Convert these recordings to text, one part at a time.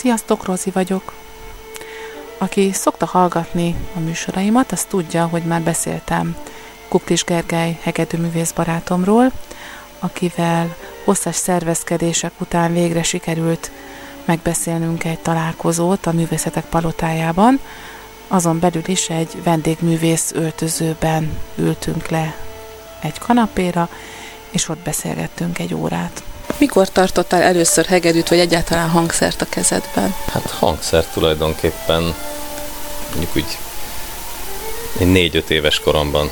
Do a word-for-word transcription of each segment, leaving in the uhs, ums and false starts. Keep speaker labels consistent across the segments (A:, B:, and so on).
A: Sziasztok, Rozi vagyok. Aki szokta hallgatni a műsoraimat, az tudja, hogy már beszéltem Kuklis Gergely hegedűművész barátomról, akivel hosszas szervezkedések után végre sikerült megbeszélnünk egy találkozót a Művészetek Palotájában. Azon belül is egy vendégművész öltözőben ültünk le egy kanapéra, és ott beszélgettünk egy órát. Mikor tartottál először hegedűt, vagy egyáltalán hangszert a kezedben?
B: Hát hangszert tulajdonképpen mondjuk úgy egy négy-öt éves koromban.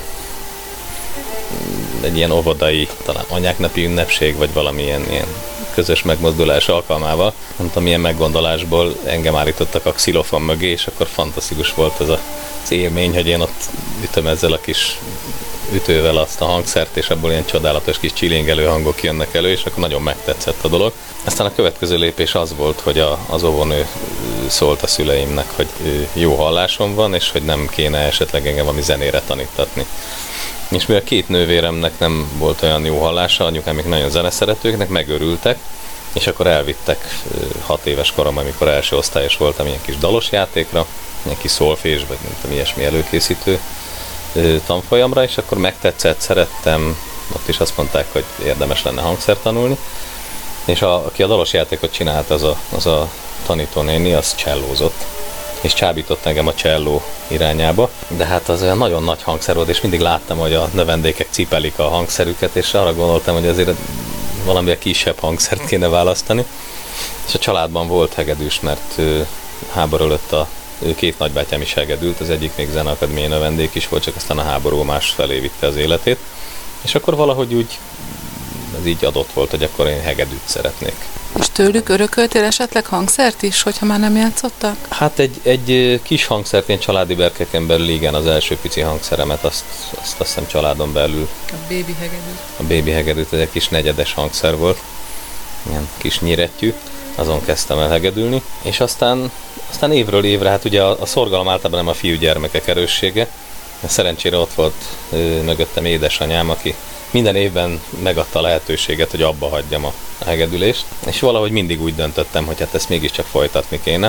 B: Egy ilyen óvodai, talán anyáknapi ünnepség, vagy valamilyen ilyen közös megmozdulás alkalmával. Nem tudom, milyen meggondolásból engem állítottak a xilofon mögé, és akkor fantasztikus volt ez az élmény, hogy én ott ütöm ezzel a kis ütővel azt a hangszert, és abból ilyen csodálatos kis csilingelő hangok jönnek elő, és akkor nagyon megtetszett a dolog. Aztán a következő lépés az volt, hogy a, az óvónő szólt a szüleimnek, hogy jó hallásom van, és hogy nem kéne esetleg engem valami zenére tanítatni. És mivel két nővéremnek nem volt olyan jó hallása, anyukám még nagyon zeneszeretőknek, megörültek, és akkor elvittek hat éves korom, amikor első osztályos voltam, ilyen kis dalos játékra, ilyen kis szolfés, vagy nem tudom, ilyesmi előkészítő tanfolyamra, és akkor megtetszett, szerettem, ott is azt mondták, hogy érdemes lenne hangszert tanulni, és a, aki a dalos játékot csinált, az a, az a tanítónéni, az csellózott, és csábított engem a cselló irányába, de hát az olyan nagyon nagy hangszer volt, és mindig láttam, hogy a növendékek cipelik a hangszerüket, és arra gondoltam, hogy azért valamilyen kisebb hangszert kéne választani, és a családban volt hegedűs, mert háború előtt a két nagybátyám is hegedült, az egyik még zeneakadémiai növendék is volt, csak aztán a háború más felé vitte az életét, és akkor valahogy úgy ez így adott volt, hogy akkor én hegedűt szeretnék.
A: És tőlük örököltél esetleg hangszert is, hogyha már nem játszottak?
B: Hát egy, egy kis hangszert, én családi berkeken belül, igen, az első pici hangszeremet, azt, azt azt hiszem családon belül.
A: A bébi hegedű.
B: A bébi hegedűt, ez egy kis negyedes hangszer volt, ilyen kis nyirettyű, azon kezdtem el hegedülni, és aztán, aztán évről évre, hát ugye a, a szorgalom általában nem a fiúgyermekek erőssége, szerencsére ott volt ö, mögöttem édesanyám, aki minden évben megadta a lehetőséget, hogy abba hagyjam a hegedülést, és valahogy mindig úgy döntöttem, hogy hát ezt mégiscsak folytatni kéne.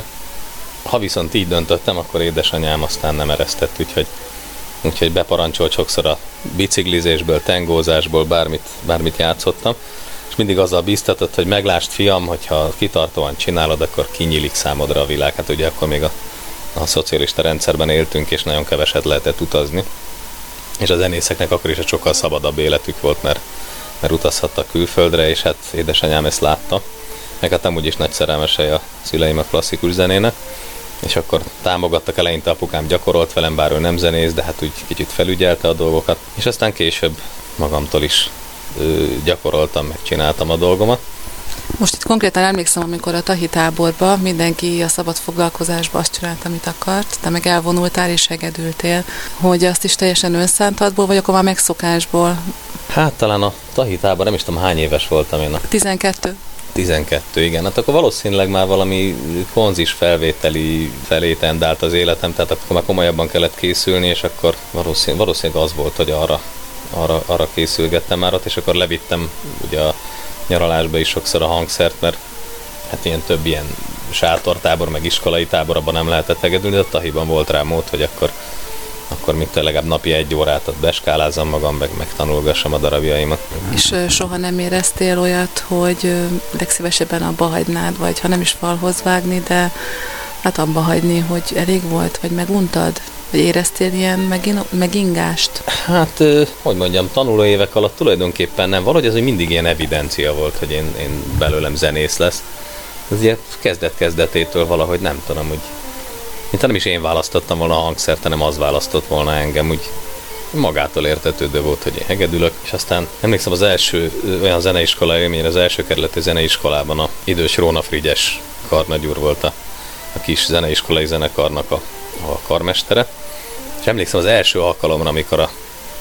B: Ha viszont így döntöttem, akkor édesanyám aztán nem eresztett, úgyhogy, úgyhogy beparancsolt sokszor a biciklizésből, tengózásból, bármit, bármit játszottam, és mindig azzal bíztatott, hogy meglásd, fiam, hogyha kitartóan csinálod, akkor kinyílik számodra a világ. Hát ugye akkor még a, a szocialista rendszerben éltünk, és nagyon keveset lehetett utazni. És a zenészeknek akkor is egy sokkal szabadabb életük volt, mert, mert utazhattak külföldre, és hát édesanyám ezt látta. Meg hát amúgy is nagy szerelmesei a szüleim a klasszikus zenének, és akkor támogattak, eleinte apukám gyakorolt velem, bár ő nem zenész, de hát úgy kicsit felügyelte a dolgokat, és aztán később magamtól is ö, gyakoroltam, megcsináltam a dolgomat.
A: Most itt konkrétan emlékszem, amikor a tahi táborban mindenki a szabad foglalkozásban azt csinált, amit akart, te meg elvonultál és hegedültél, hogy azt is teljesen önszántadból, vagy akkor már megszokásból?
B: Hát talán a tahi tábor, nem is tudom hány éves voltam én. A
A: tizenkettő.
B: tizenkettő, igen. Hát akkor valószínűleg már valami konzis felvételi felé tendált az életem, tehát akkor már komolyabban kellett készülni, és akkor valószínűleg, valószínűleg az volt, hogy arra, arra, arra készülgettem már ott, és akkor levittem ugye a nyaralásba is sokszor a hangszert, mert hát ilyen több ilyen sátortábor, meg iskolai tábor, abban nem lehetett hegedülni, de a tahiban volt rá mód, hogy akkor, akkor mit legalább napi egy órát ott beskálázzam magam, meg megtanulgassam a darabjaimat.
A: És uh, soha nem éreztél olyat, hogy uh, legszívesebben abba hagynád, vagy ha nem is falhoz vágni, de hát abba hagyni, hogy elég volt, vagy meguntad? Vagy éreztél ilyen megin- megingást?
B: Hát, hogy mondjam, tanuló évek alatt tulajdonképpen nem. Valahogy ez, hogy mindig ilyen evidencia volt, hogy én, én belőlem zenész lesz. Ez ugye kezdet-kezdetétől valahogy nem tudom, hogy mintha nem is én választottam volna a hangszert, hanem az választott volna engem, úgy magától értetődő volt, hogy én hegedülök, és aztán emlékszem az első olyan zeneiskola élményre, az első kerületi zeneiskolában a idős Róna Frigyes karnagyúr volt a, a kis zeneiskolai zenekarnak a, a karmestere, és emlékszem az első alkalomra, amikor a,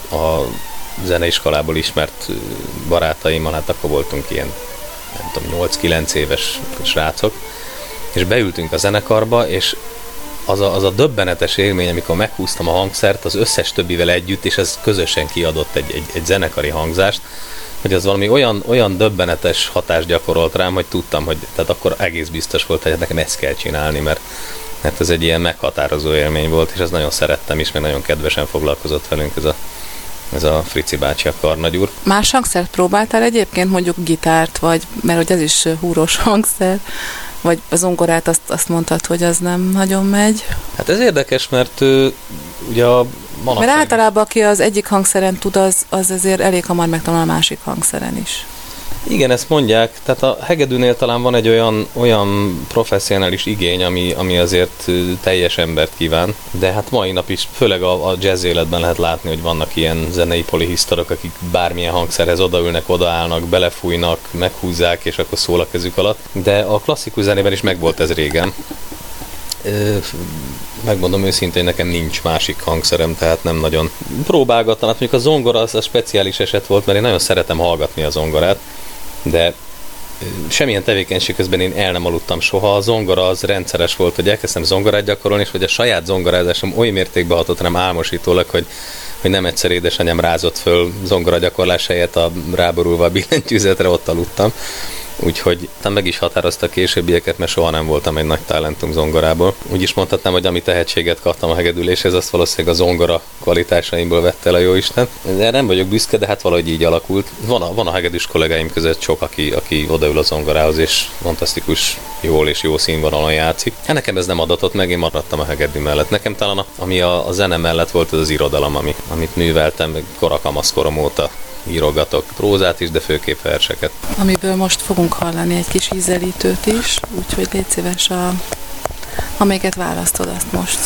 B: a zeneiskolából ismert barátaimmal, hát akkor voltunk ilyen, nem tudom, nyolc-kilenc éves srácok, és beültünk a zenekarba, és az a, az a döbbenetes élmény, amikor meghúztam a hangszert az összes többivel együtt, és ez közösen kiadott egy, egy, egy zenekari hangzást, hogy az valami olyan, olyan döbbenetes hatást gyakorolt rám, hogy tudtam, hogy tehát akkor egész biztos volt, hogy nekem ezt kell csinálni, mert, mert ez egy ilyen meghatározó élmény volt, és ezt nagyon szerettem is, meg nagyon kedvesen foglalkozott velünk ez a, ez a Frici bácsi, a karnagyúr.
A: Más hangszert próbáltál egyébként, mondjuk gitárt, vagy, mert hogy ez is húros hangszer, vagy a zongorát azt, azt mondtad, hogy az nem nagyon megy?
B: Hát ez érdekes, mert uh, ugye a manapság...
A: Mert általában aki az egyik hangszeren tud, az, az azért elég hamar megtanul a másik hangszeren is.
B: Igen, ezt mondják, tehát a hegedűnél talán van egy olyan, olyan professzionális igény, ami, ami azért teljes embert kíván, de hát mai nap is, főleg a, a jazz életben lehet látni, hogy vannak ilyen zenei polihisztorok, akik bármilyen hangszerhez odaülnek, odaállnak, belefújnak, meghúzzák, és akkor szól a kezük alatt, de a klasszikus zenében is megvolt ez régen. Megmondom őszintén, nekem nincs másik hangszerem, tehát nem nagyon próbálgattam. Hát mondjuk a zongora az a speciális eset volt, mert én nagyon szeretem hallgatni a zongorát, de semmilyen tevékenység közben én el nem aludtam soha. A zongora az rendszeres volt, hogy elkezdtem zongorát gyakorolni, és hogy a saját zongorázásom oly mértékben hatott rám álmosítólag, hogy, hogy nem egyszer édesanyám rázott föl zongora gyakorlás helyett a ráborulva a billentyűzetre, ott aludtam. Úgyhogy meg is határozta a későbbieket, mert soha nem voltam egy nagy talentum zongorából. Úgy is mondhatnám, hogy ami tehetséget kaptam a hegedüléshez, azt valószínűleg a zongora kvalitásaimból vette el a jóisten. De nem vagyok büszke, de hát valahogy így alakult. Van a, van a hegedűs kollégáim között sok, aki, aki odaül a zongorához, és fantasztikus jól és jó színvonalon játszik. Hát nekem ez nem adatott meg, én maradtam a hegedű mellett. Nekem talán a, ami a, a zene mellett volt, az az irodalom, ami, amit műveltem korakamaszkorom óta. Írogatok prózát is, de főképp verseket.
A: Amiből most fogunk hallani egy kis ízelítőt is, úgyhogy légy szíves, a, amelyiket választod, azt most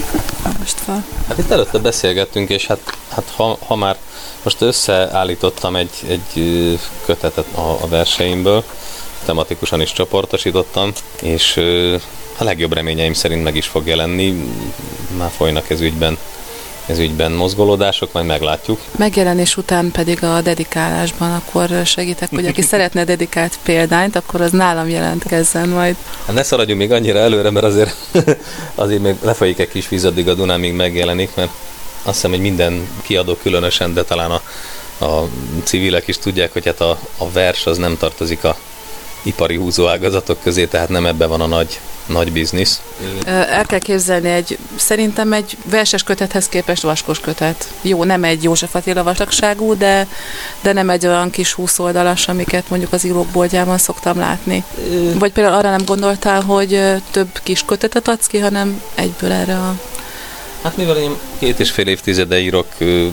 A: most fel.
B: Hát itt előtte beszélgettünk, és hát, hát ha, ha már most összeállítottam egy, egy kötetet a, a verseimből, tematikusan is csoportosítottam, és a legjobb reményeim szerint meg is fog jelenni, már folynak ez ügyben ez ügyben mozgolódások, majd meglátjuk.
A: Megjelenés után pedig a dedikálásban akkor segítek, hogy aki szeretne dedikált példányt, akkor az nálam jelentkezzen majd.
B: Hát ne szaladjunk még annyira előre, mert azért, azért még lefolyik egy kis víz addig a Dunán, míg megjelenik, mert azt hiszem, hogy minden kiadó különösen, de talán a, a civilek is tudják, hogy hát a, a vers az nem tartozik a ipari húzóágazatok közé, tehát nem ebben van a nagy, nagy biznisz.
A: El kell képzelni egy, szerintem egy verses kötethez képest vaskos kötet. Jó, nem egy József Attila vastagságú, de, de nem egy olyan kis húsz oldalas, amiket mondjuk az írók boltjában szoktam látni. Vagy például arra nem gondoltál, hogy több kis kötetet adsz ki, hanem egyből erre a...
B: Hát mivel én két és fél évtizede írok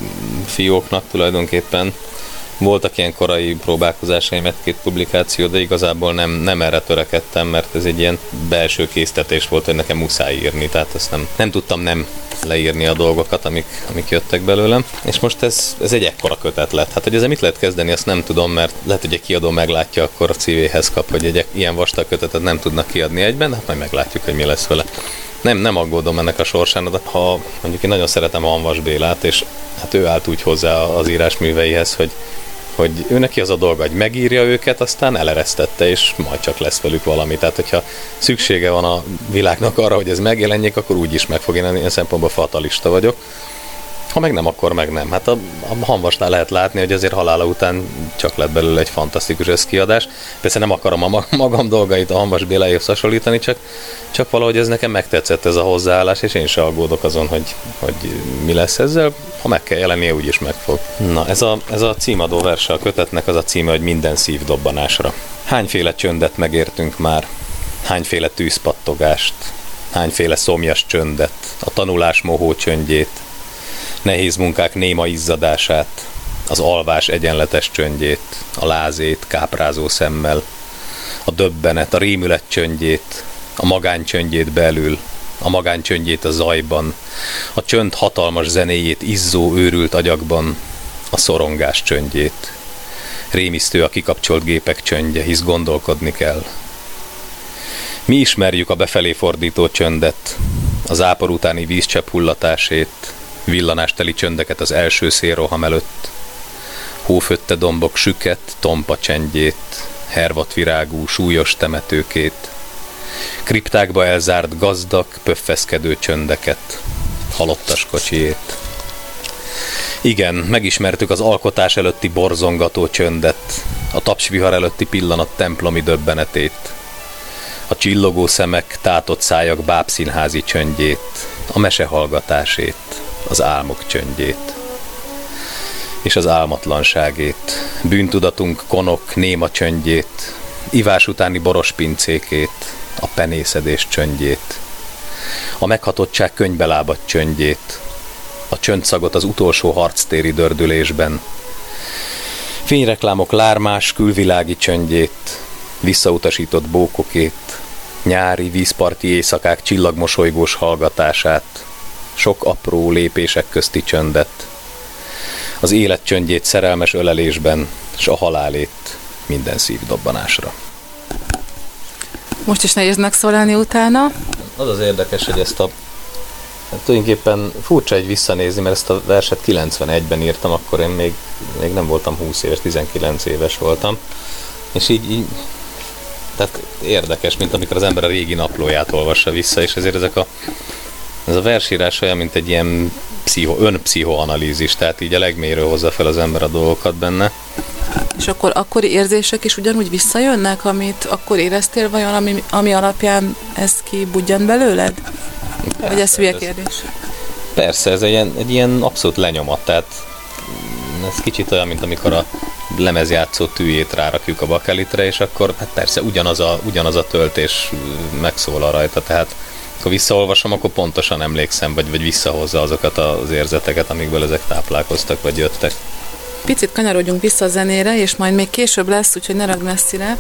B: fióknak tulajdonképpen, voltak ilyen korai próbálkozásaim, egy-két publikáció, de igazából nem, nem erre törekedtem, mert ez egy ilyen belső késztetés volt, hogy nekem muszáj írni, tehát ezt nem, nem tudtam nem leírni a dolgokat, amik, amik jöttek belőlem. És most ez, ez egy ekkora kötet lett. Hát, hogy ezzel mit lehet kezdeni, azt nem tudom, mert lehet, hogy egy kiadó meglátja, akkor a szívéhez kap, hogy egy ilyen vastag kötetet nem tudnak kiadni egyben, hát majd meglátjuk, hogy mi lesz vele. Nem, nem aggódom ennek a sorsán, de ha mondjuk én nagyon szeretem Hanvas Bélát, és hát ő állt úgy hozzá az írásműveihez, hogy hogy ő neki az a dolga, hogy megírja őket, aztán eleresztette, és majd csak lesz velük valami. Tehát, hogyha szüksége van a világnak arra, hogy ez megjelenjék, akkor úgy is meg fog jelenni. Ilyen szempontból fatalista vagyok. Ha meg nem, akkor meg nem. Hát a, a Hanvasnál lehet látni, hogy azért halála után csak lett belőle egy fantasztikus összkiadás. Persze nem akarom a magam dolgait a Hanvas Béláéhoz hasonlítani, csak, csak valahogy ez nekem megtetszett ez a hozzáállás, és én se aggódok azon, hogy, hogy mi lesz ezzel. Ha meg kell jelennie, úgyis meg fog. Na, ez a, ez a címadó verse a kötetnek, az a címe, hogy Minden szív dobbanásra. Hányféle csöndet megértünk már? Hányféle tűzpattogást? Hányféle szomjas csöndet? A tanulás mohó csöndjét? Nehéz munkák néma izzadását, az alvás egyenletes csöndjét, a lázét káprázó szemmel, a döbbenet, a rémület csöndjét, a magány csöndjét belül, a magány csöndjét a zajban, a csönd hatalmas zenéjét izzó őrült agyakban, a szorongás csöndjét. Rémisztő a kikapcsolt gépek csöndje, hisz gondolkodni kell. Mi ismerjük a befelé fordító csöndet, az ápor utáni vízcsepp hullatásét, villanásteli csöndeket az első szélroham előtt, hófötte dombok süket, tompa csendjét, hervatvirágú, súlyos temetőkét, kriptákba elzárt gazdag, pöffeszkedő csöndeket, halottas kocsiét. Igen, megismertük az alkotás előtti borzongató csöndet, a tapsvihar előtti pillanat templomi döbbenetét, a csillogó szemek, tátott szájak bábszínházi csöndjét, a mesehallgatásét, az álmok csöndjét, és az álmatlanságét, bűntudatunk konok néma csöndjét, ivás utáni boros pincékét, a penészedés csöndjét, a meghatottság könybelábadt csöndjét, a csöndszagot az utolsó harctéri dördülésben, fényreklámok lármás külvilági csöndjét, visszautasított bókokét, nyári vízparti éjszakák csillagmosolygós hallgatását, sok apró lépések közti csöndet, az élet csöndjét szerelmes ölelésben, s a halálét minden szívdobbanásra.
A: Most is nehéz megszólalni utána.
B: Az az érdekes, hogy ezt a hát tulajdonképpen furcsa egy visszanézni, mert ezt a verset kilencvenegyben írtam, akkor én még, még nem voltam húsz éves, tizenkilenc éves voltam. És így, így tehát érdekes, mint amikor az ember a régi naplóját olvassa vissza, és ezért ezek a, ez a versírás olyan, mint egy ilyen pszicho, önpszichoanalízis, tehát így a legmélyről hozza fel az ember a dolgokat benne.
A: És akkor akkori érzések is ugyanúgy visszajönnek, amit akkor éreztél vajon, ami, ami alapján ez kibudjan belőled? Persze, vagy ez hülye kérdés?
B: Persze, ez egy ilyen, egy ilyen abszolút lenyomat, tehát ez kicsit olyan, mint amikor a lemezjátszó tűjét rárakjuk a bakelitre, és akkor hát persze ugyanaz a, ugyanaz a töltés megszólal rajta, tehát akkor visszaolvasom, akkor pontosan emlékszem, vagy, vagy visszahozza azokat az érzeteket, amikből ezek táplálkoztak, vagy jöttek.
A: Picit kanyarodjunk vissza a zenére, és majd még később lesz, úgyhogy ne ragd messzire,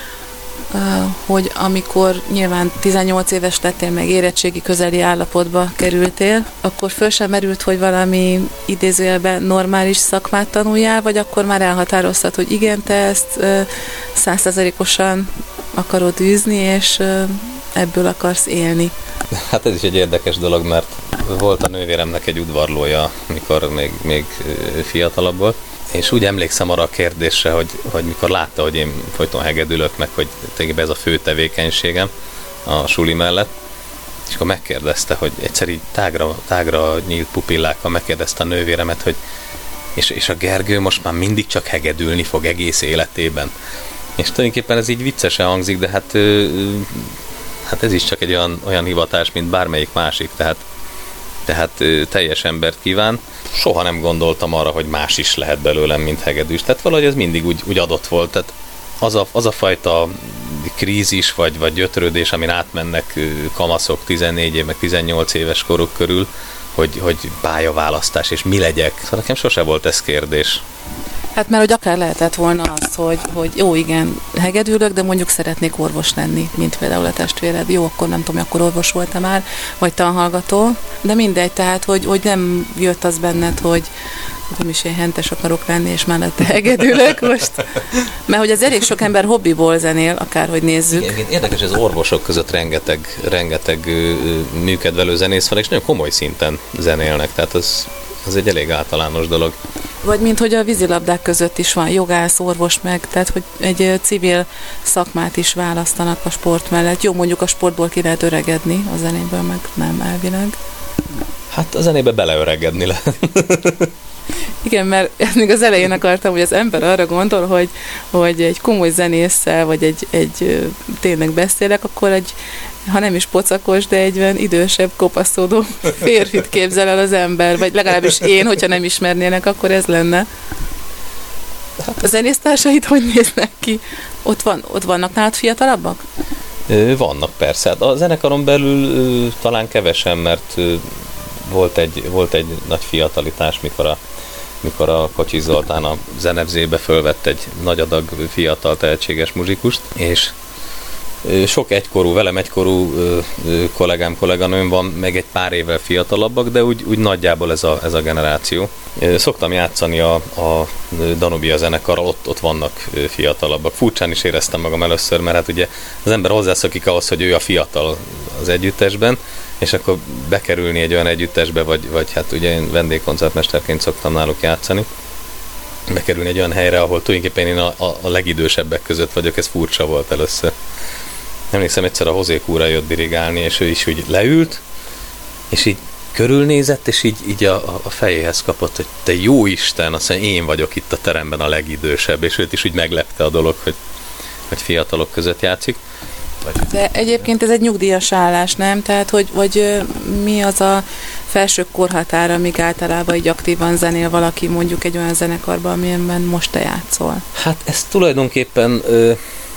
A: hogy amikor nyilván tizennyolc éves lettél, meg érettségi közeli állapotba kerültél, akkor föl sem merült, hogy valami idézőjelben normális szakmát tanuljál, vagy akkor már elhatároztad, hogy igen, te ezt százszerzalékosan akarod űzni, és ebből akarsz élni?
B: Hát ez is egy érdekes dolog, mert volt a nővéremnek egy udvarlója, mikor még, még fiatalabb volt, és úgy emlékszem arra a kérdésre, hogy, hogy mikor látta, hogy én folyton hegedülök, meg hogy tényleg ez a fő tevékenységem a suli mellett, és akkor megkérdezte, hogy egyszer így tágra, tágra nyílt pupillákkal megkérdezte a nővéremet, hogy és, és a Gergő most már mindig csak hegedülni fog egész életében. És tulajdonképpen ez így viccesen hangzik, de hát, hát ez is csak egy olyan, olyan hivatás, mint bármelyik másik, tehát, tehát teljes embert kíván. Soha nem gondoltam arra, hogy más is lehet belőlem, mint hegedűs. Tehát valahogy ez mindig úgy, úgy adott volt. Tehát az a, az a fajta krízis vagy, vagy gyötrődés, amin átmennek kamaszok tizennégy év, meg tizennyolc éves koruk körül, hogy, hogy pályaválasztás, és mi legyek. Szóval nekem sose volt ez kérdés.
A: Hát mert hogy akár lehetett volna az, hogy, hogy jó, igen, hegedülök, de mondjuk szeretnék orvos lenni, mint például a testvéred. Jó, akkor nem tudom, akkor orvos voltam már, vagy tanhallgató, de mindegy, tehát, hogy, hogy nem jött az benned, hogy nem is én hentes akarok lenni, és mellette hegedülök most. Mert hogy az elég sok ember hobbiból zenél, akárhogy nézzük.
B: Igen, érdekes, az orvosok között rengeteg, rengeteg műkedvelő zenész van, és nagyon komoly szinten zenélnek, tehát az, az egy elég általános dolog.
A: Vagy mint hogy a vízilabdák között is van jogász, orvos meg, tehát hogy egy civil szakmát is választanak a sport mellett. Jó, mondjuk a sportból ki lehet öregedni, a zenéből meg nem elvileg.
B: Hát a zenébe beleöregedni lehet.
A: Igen, mert még az elején akartam, hogy az ember arra gondol, hogy, hogy egy komoly zenésszel, vagy egy, egy tényleg beszélek, akkor egy, ha nem is pocakos, de egy olyan idősebb, kopaszódó férfit képzel el az ember, vagy legalábbis én, hogyha nem ismernének, akkor ez lenne. A zenésztársaid hogy néznek ki? Ott, van, ott vannak nálad fiatalabbak?
B: Vannak persze. A zenekaron belül talán kevesen, mert volt egy, volt egy nagy fiatalitás, mikor a mikor a Kocsis Zoltán a Zenevzébe fölvett egy nagy adag fiatal tehetséges muzsikust, és sok egykorú, velem egykorú kollégám, kolléganőm van, meg egy pár évvel fiatalabbak, de úgy, úgy nagyjából ez a, ez a generáció. Szoktam játszani a, a Danubia zenekarral, ott, ott vannak fiatalabbak. Furcsán is éreztem magam először, mert hát ugye az ember hozzászokik ahhoz, hogy ő a fiatal az együttesben, és akkor bekerülni egy olyan együttesbe, vagy, vagy hát ugye én vendégkoncertmesterként szoktam náluk játszani, bekerülni egy olyan helyre, ahol tulajdonképpen én a, a, a legidősebbek között vagyok, ez furcsa volt először. Emlékszem, egyszer a Hozé Kúra jött dirigálni, és ő is úgy leült, és így körülnézett, és így, így a, a fejéhez kapott, hogy te jó Isten, azt mondja, én vagyok itt a teremben a legidősebb, és őt is úgy meglepte a dolog, hogy, hogy fiatalok között játszik.
A: De egyébként ez egy nyugdíjas állás, nem? Tehát, hogy, hogy mi az a felső korhatár, amíg általában így aktívan zenél valaki mondjuk egy olyan zenekarban, amilyenben most te játszol?
B: Hát ez tulajdonképpen ö,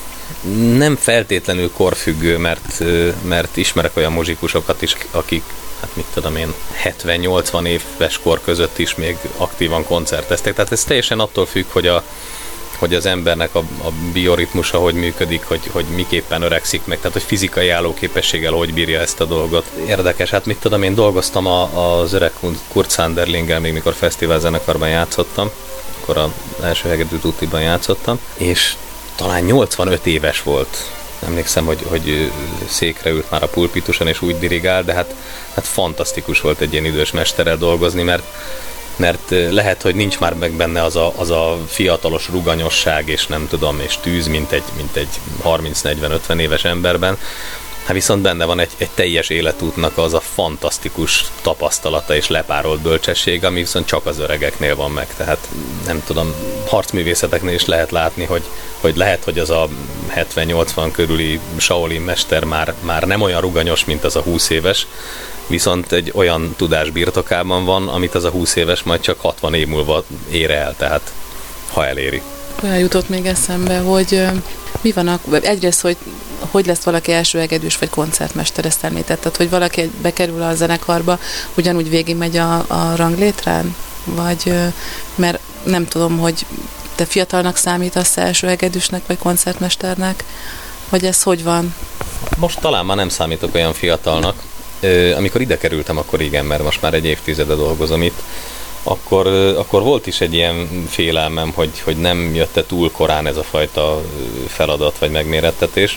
B: nem feltétlenül korfüggő, mert, ö, mert ismerek olyan muzsikusokat is, akik, hát mit tudom én, hetven-nyolcvan éves kor között is még aktívan koncerteztek. Tehát ez teljesen attól függ, hogy a hogy az embernek a, a bioritmusa hogy működik, hogy, hogy miképpen öregszik meg, tehát hogy fizikai állóképességgel hogy bírja ezt a dolgot. Érdekes, hát mit tudom, én dolgoztam a, az öreg Kurt Sanderlinggel, még mikor fesztivál zenekarban játszottam, akkor az első hegedű tutiban játszottam, és talán nyolcvanöt éves volt. Emlékszem, hogy, hogy székre ült már a pulpituson, és úgy dirigál, de hát, hát fantasztikus volt egy ilyen idős mesterrel dolgozni, mert mert lehet, hogy nincs már meg benne az a, az a fiatalos ruganyosság, és nem tudom, és tűz, mint egy, mint egy harminc-negyven-ötven éves emberben. Hát viszont benne van egy, egy teljes életútnak az a fantasztikus tapasztalata és lepárolt bölcsesség, ami viszont csak az öregeknél van meg. Tehát nem tudom, harcművészeteknél is lehet látni, hogy, hogy lehet, hogy az a hetven-nyolcvan körüli Shaolin mester már, már nem olyan ruganyos, mint az a húsz éves, viszont egy olyan tudás birtokában van, amit az a húsz éves majd csak hatvan év múlva ér el, tehát ha eléri.
A: Olyan jutott még eszembe, hogy mi van akkor, egyrészt, hogy hogy lesz valaki első hegedűs vagy koncertmester, ezt említetted, hogy valaki bekerül a zenekarba, ugyanúgy végigmegy a, a ranglétrán? Vagy, mert nem tudom, hogy te fiatalnak számítasz első hegedűsnek vagy koncertmesternek, vagy ez hogy van?
B: Most talán már nem számítok olyan fiatalnak. Amikor ide kerültem, akkor igen, mert most már egy évtizede dolgozom itt, akkor, akkor volt is egy ilyen félelmem, hogy, hogy nem jött-e túl korán ez a fajta feladat vagy megmérettetés.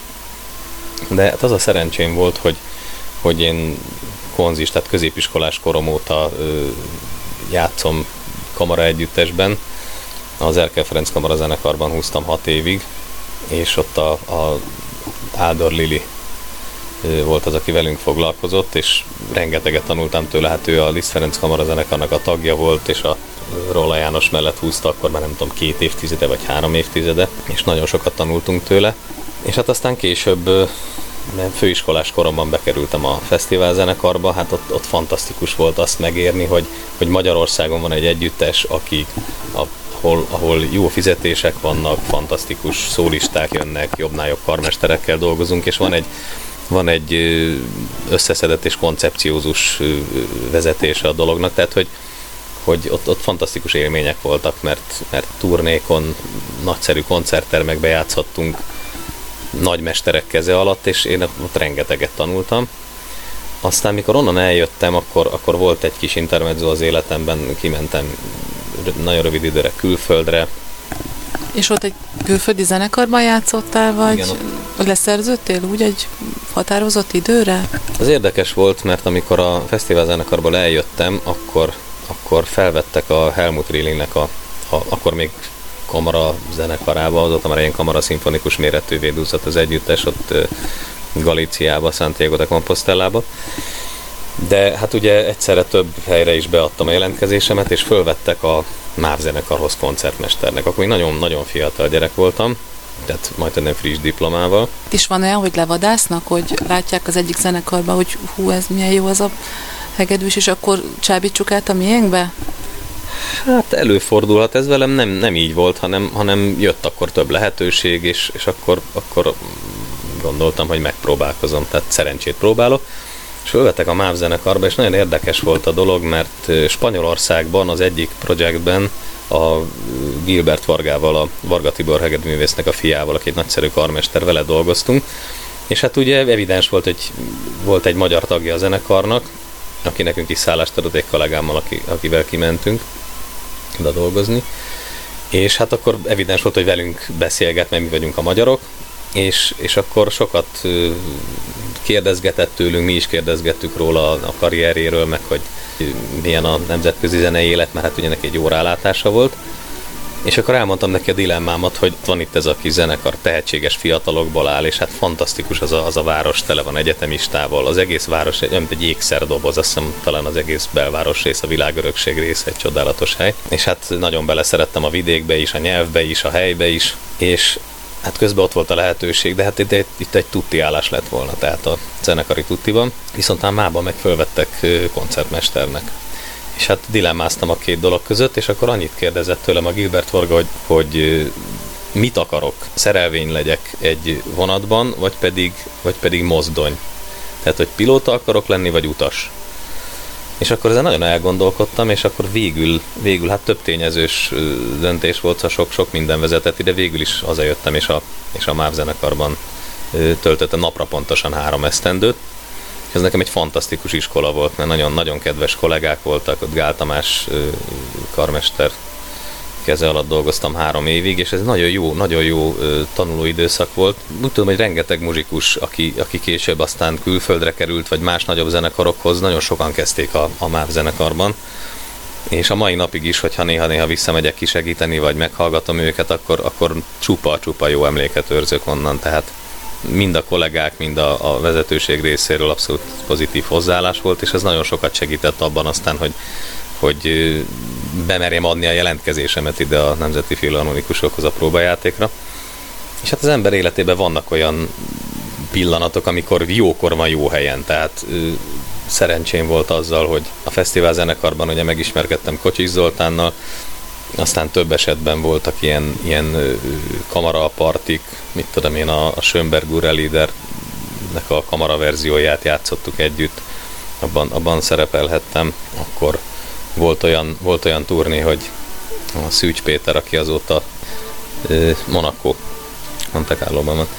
B: De hát az a szerencsém volt, hogy, hogy én konzis, tehát középiskolás korom óta játszom kamara együttesben. Az Erkel Ferenc Kamara zenekarban húztam hat évig, és ott a, a Áldor Lili volt az, aki velünk foglalkozott, és rengeteget tanultam tőle, hát ő a Liszt Ferenc Kamara zenekarnak a tagja volt, és a Rolla János mellett húzta akkor már nem tudom, két évtizede vagy három évtizede, és nagyon sokat tanultunk tőle. És hát aztán később főiskolás koromban bekerültem a fesztivál zenekarba, hát ott, ott fantasztikus volt azt megérni, hogy, hogy Magyarországon van egy együttes, aki a Ahol, ahol jó fizetések vannak, fantasztikus szólisták jönnek, jobbnál jobb karmesterekkel dolgozunk, és van egy, van egy összeszedett és koncepciózus vezetése a dolognak, tehát hogy, hogy ott, ott fantasztikus élmények voltak, mert, mert turnékon nagyszerű koncerttermekbe játszhattunk nagy mesterek keze alatt, és én ott rengeteget tanultam. Aztán, mikor onnan eljöttem, akkor, akkor volt egy kis intermezzo az életemben, kimentem nagyon rövid időre külföldre.
A: És ott egy külföldi zenekarban játszottál, vagy
B: igen,
A: leszerződtél úgy egy határozott időre?
B: Az érdekes volt, mert amikor a fesztivál zenekarból eljöttem, akkor, akkor felvettek a Helmut Rillingnek a, a akkor még kamara zenekarába, azóta már ilyen kamara szimfonikus méretűvé dúszott az együttes, ott Galíciába, Santiago de Compostelába. De hát ugye egyszerre több helyre is beadtam a jelentkezésemet, és fölvettek a MÁV zenekarhoz koncertmesternek. Akkor még nagyon-nagyon fiatal gyerek voltam, tehát majdnem friss diplomával.
A: Itt is van olyan, hogy levadásznak, hogy látják az egyik zenekarban, hogy hú, ez milyen jó az a hegedűs, és akkor csábítsuk át a miénkbe?
B: Hát előfordulhat, ez velem nem, nem így volt, hanem, hanem jött akkor több lehetőség, és, és akkor, akkor gondoltam, hogy megpróbálkozom, tehát szerencsét próbálok. És fölvettek a MÁV zenekarba, és nagyon érdekes volt a dolog, mert Spanyolországban az egyik projektben a Gilbert Vargával, a Varga Tibor hegedűművésznek a fiával, aki egy nagyszerű karmester, vele dolgoztunk, és hát ugye evidens volt, hogy volt egy magyar tagja a zenekarnak, aki nekünk is szállást adott egy kollégámmal, aki, akivel kimentünk oda dolgozni, és hát akkor evidens volt, hogy velünk beszélget, mert mi vagyunk a magyarok, és, és akkor sokat kérdezgetett tőlünk, mi is kérdezgettük róla a karrierjéről, meg hogy milyen a nemzetközi zenei élet, mert hát ugye neki egy jó rálátása volt. És akkor elmondtam neki a dilemmámat, hogy van itt ez a kis zenekar, tehetséges fiatalokból áll, és hát fantasztikus az a, az a város, tele van egyetemistával, az egész város, mint egy ékszerdoboz, azt hiszem talán az egész belváros rész, a világörökség rész, egy csodálatos hely. És hát nagyon beleszerettem a vidékbe is, a nyelvbe is, a helybe is, és hát közben ott volt a lehetőség, de hát itt egy, itt egy tutti állás lett volna, tehát a zenekari tuttiban, viszont már mában meg fölvettek koncertmesternek. És hát dilemmáztam a két dolog között, és akkor annyit kérdezett tőlem a Gilbert Varga, hogy, hogy mit akarok, szerelvény legyek egy vonatban, vagy pedig, vagy pedig mozdony. Tehát, hogy pilóta akarok lenni, vagy utas. És akkor ezen nagyon elgondolkodtam, és akkor végül, végül hát több tényezős döntés volt, szóval sok, sok minden vezetett ide, végül is hazajöttem, és a, és a MÁV zenekarban töltöttem napra pontosan három esztendőt. Ez nekem egy fantasztikus iskola volt, mert nagyon-nagyon kedves kollégák voltak, ott Gál Tamás karmester keze alatt dolgoztam három évig, és ez nagyon jó, nagyon jó tanulóidőszak volt. Úgy tudom, hogy rengeteg muzsikus, aki, aki később aztán külföldre került, vagy más nagyobb zenekarokhoz, nagyon sokan kezdték a, a MÁV zenekarban. És a mai napig is, hogyha néha-néha visszamegyek kisegíteni, vagy meghallgatom őket, akkor, akkor csupa-csupa jó emléket őrzök onnan, tehát mind a kollégák, mind a, a vezetőség részéről abszolút pozitív hozzáállás volt, és ez nagyon sokat segített abban aztán, hogy, hogy bemerjem adni a jelentkezésemet ide a Nemzeti Filharmonikusokhoz a próbajátékra. És hát az ember életében vannak olyan pillanatok, amikor jókor van jó helyen, tehát szerencsém volt azzal, hogy a fesztivál zenekarban ugye megismerkedtem Kocsis Zoltánnal, aztán több esetben voltak ilyen, ilyen kamarapartik, mit tudom én, a, a Schönberg Ureliedernek a kamaraverzióját játszottuk együtt, abban, abban szerepelhettem. Akkor volt olyan, volt olyan turné, hogy a Szűcs Péter, aki azóta ö, Monaco, Monte Carlóban van,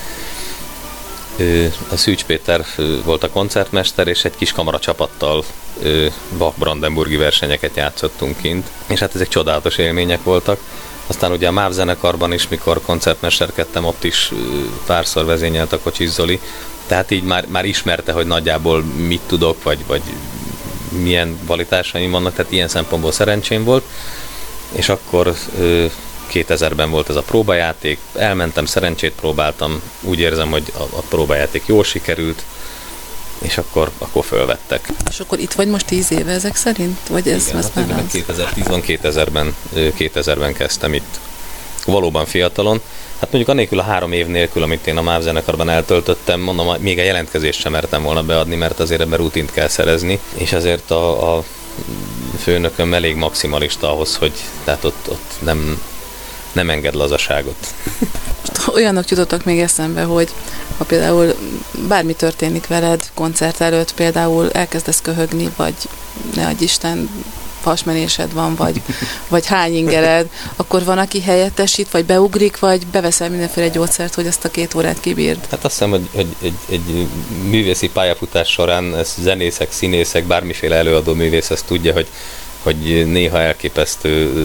B: a Szűcs Péter volt a koncertmester, és egy kis kamaracsapattal Bach-Brandenburgi versenyeket játszottunk kint, és hát ezek csodálatos élmények voltak. Aztán ugye a MÁV zenekarban is, mikor koncertmesterkedtem, ott is párszor vezényelt a Kocsis Zoli, tehát így már, már ismerte, hogy nagyjából mit tudok, vagy, vagy milyen kvalitásaim vannak, tehát ilyen szempontból szerencsém volt, és akkor kétezerben volt ez a próbajáték, elmentem, szerencsét próbáltam, úgy érzem, hogy a, a próbajáték jól sikerült, és akkor, akkor fölvettek.
A: És akkor itt vagy most tíz éve ezek szerint? Vagy ez
B: igen,
A: az
B: hát
A: már
B: kétezer-tízben, kétezerben, kétezerben kezdtem itt. Valóban fiatalon. Hát mondjuk annélkül a három év nélkül, amit én a MÁV zenekarban eltöltöttem, mondom, még a jelentkezést sem mertem volna beadni, mert azért ebben rutint kell szerezni, és azért a, a főnököm elég maximalista ahhoz, hogy tehát ott, ott nem, nem enged lazaságot.
A: Olyanok jutottak még eszembe, hogy ha például bármi történik veled koncert előtt, például elkezdesz köhögni, vagy ne adj Isten, hasmenésed van, vagy, vagy hány ingered, akkor van, aki helyettesít, vagy beugrik, vagy beveszel mindenféle gyógyszert, hogy azt a két órát kibírd?
B: Hát azt hiszem, hogy, hogy egy, egy művészi pályafutás során ez zenészek, színészek, bármiféle előadó művész ezt tudja, hogy, hogy néha elképesztő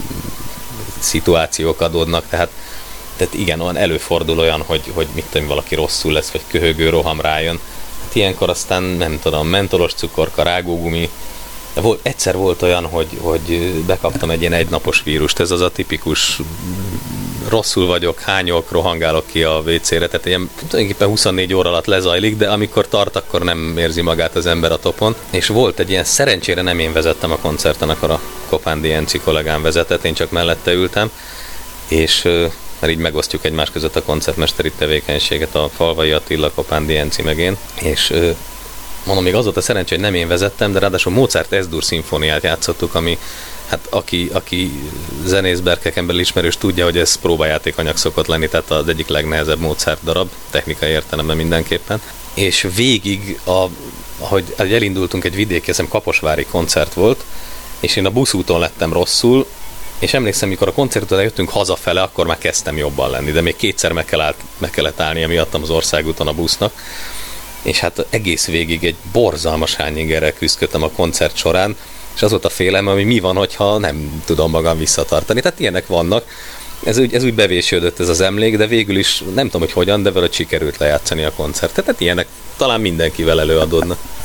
B: szituációk adódnak, tehát Tehát igen, olyan előfordul olyan, hogy, hogy mit tudom, valaki rosszul lesz, vagy köhögő roham rájön. Hát ilyenkor aztán nem tudom, mentolos cukorka, rágógumi. De volt, egyszer volt olyan, hogy, hogy bekaptam egy ilyen egynapos vírust. Ez az a tipikus rosszul vagyok, hányok, rohangálok ki a vécére. Tehát ilyen tulajdonképpen huszonnégy óra alatt lezajlik, de amikor tart, akkor nem érzi magát az ember a topon. És volt egy ilyen, szerencsére nem én vezettem a koncerten, akkor a Kopándi Enci kollégám vezetett, én csak mellette ültem. És mert így megosztjuk egymás között a koncertmesteri tevékenységet, a Falvai Attila, Kopándi Enci meg én. És mondom, még az volt a szerencsé, hogy nem én vezettem, de ráadásul Mozart Es-dur szimfóniát játszottuk, ami, hát aki, aki zenész berkeken belül ismerős tudja, hogy ez próbajátékanyag szokott lenni, tehát az egyik legnehezebb Mozart darab, technikai értelemben mindenképpen. És végig, a, ahogy elindultunk egy vidéki, hiszem Kaposvári koncert volt, és én a buszúton lettem rosszul, és emlékszem, mikor a koncertről jöttünk hazafele, akkor már kezdtem jobban lenni, de még kétszer meg, kell állt, meg kellett állnia miattam az országúton a busznak, és hát egész végig egy borzalmas hányingerrel küzdöttem a koncert során, és az volt a félelem, hogy mi van, hogyha nem tudom magam visszatartani. Tehát ilyenek vannak. Ez úgy, ez úgy bevésődött ez az emlék, de végül is nem tudom, hogy hogyan, de valahogy sikerült lejátszani a koncertet. Tehát ilyenek talán mindenkivel előadódnak.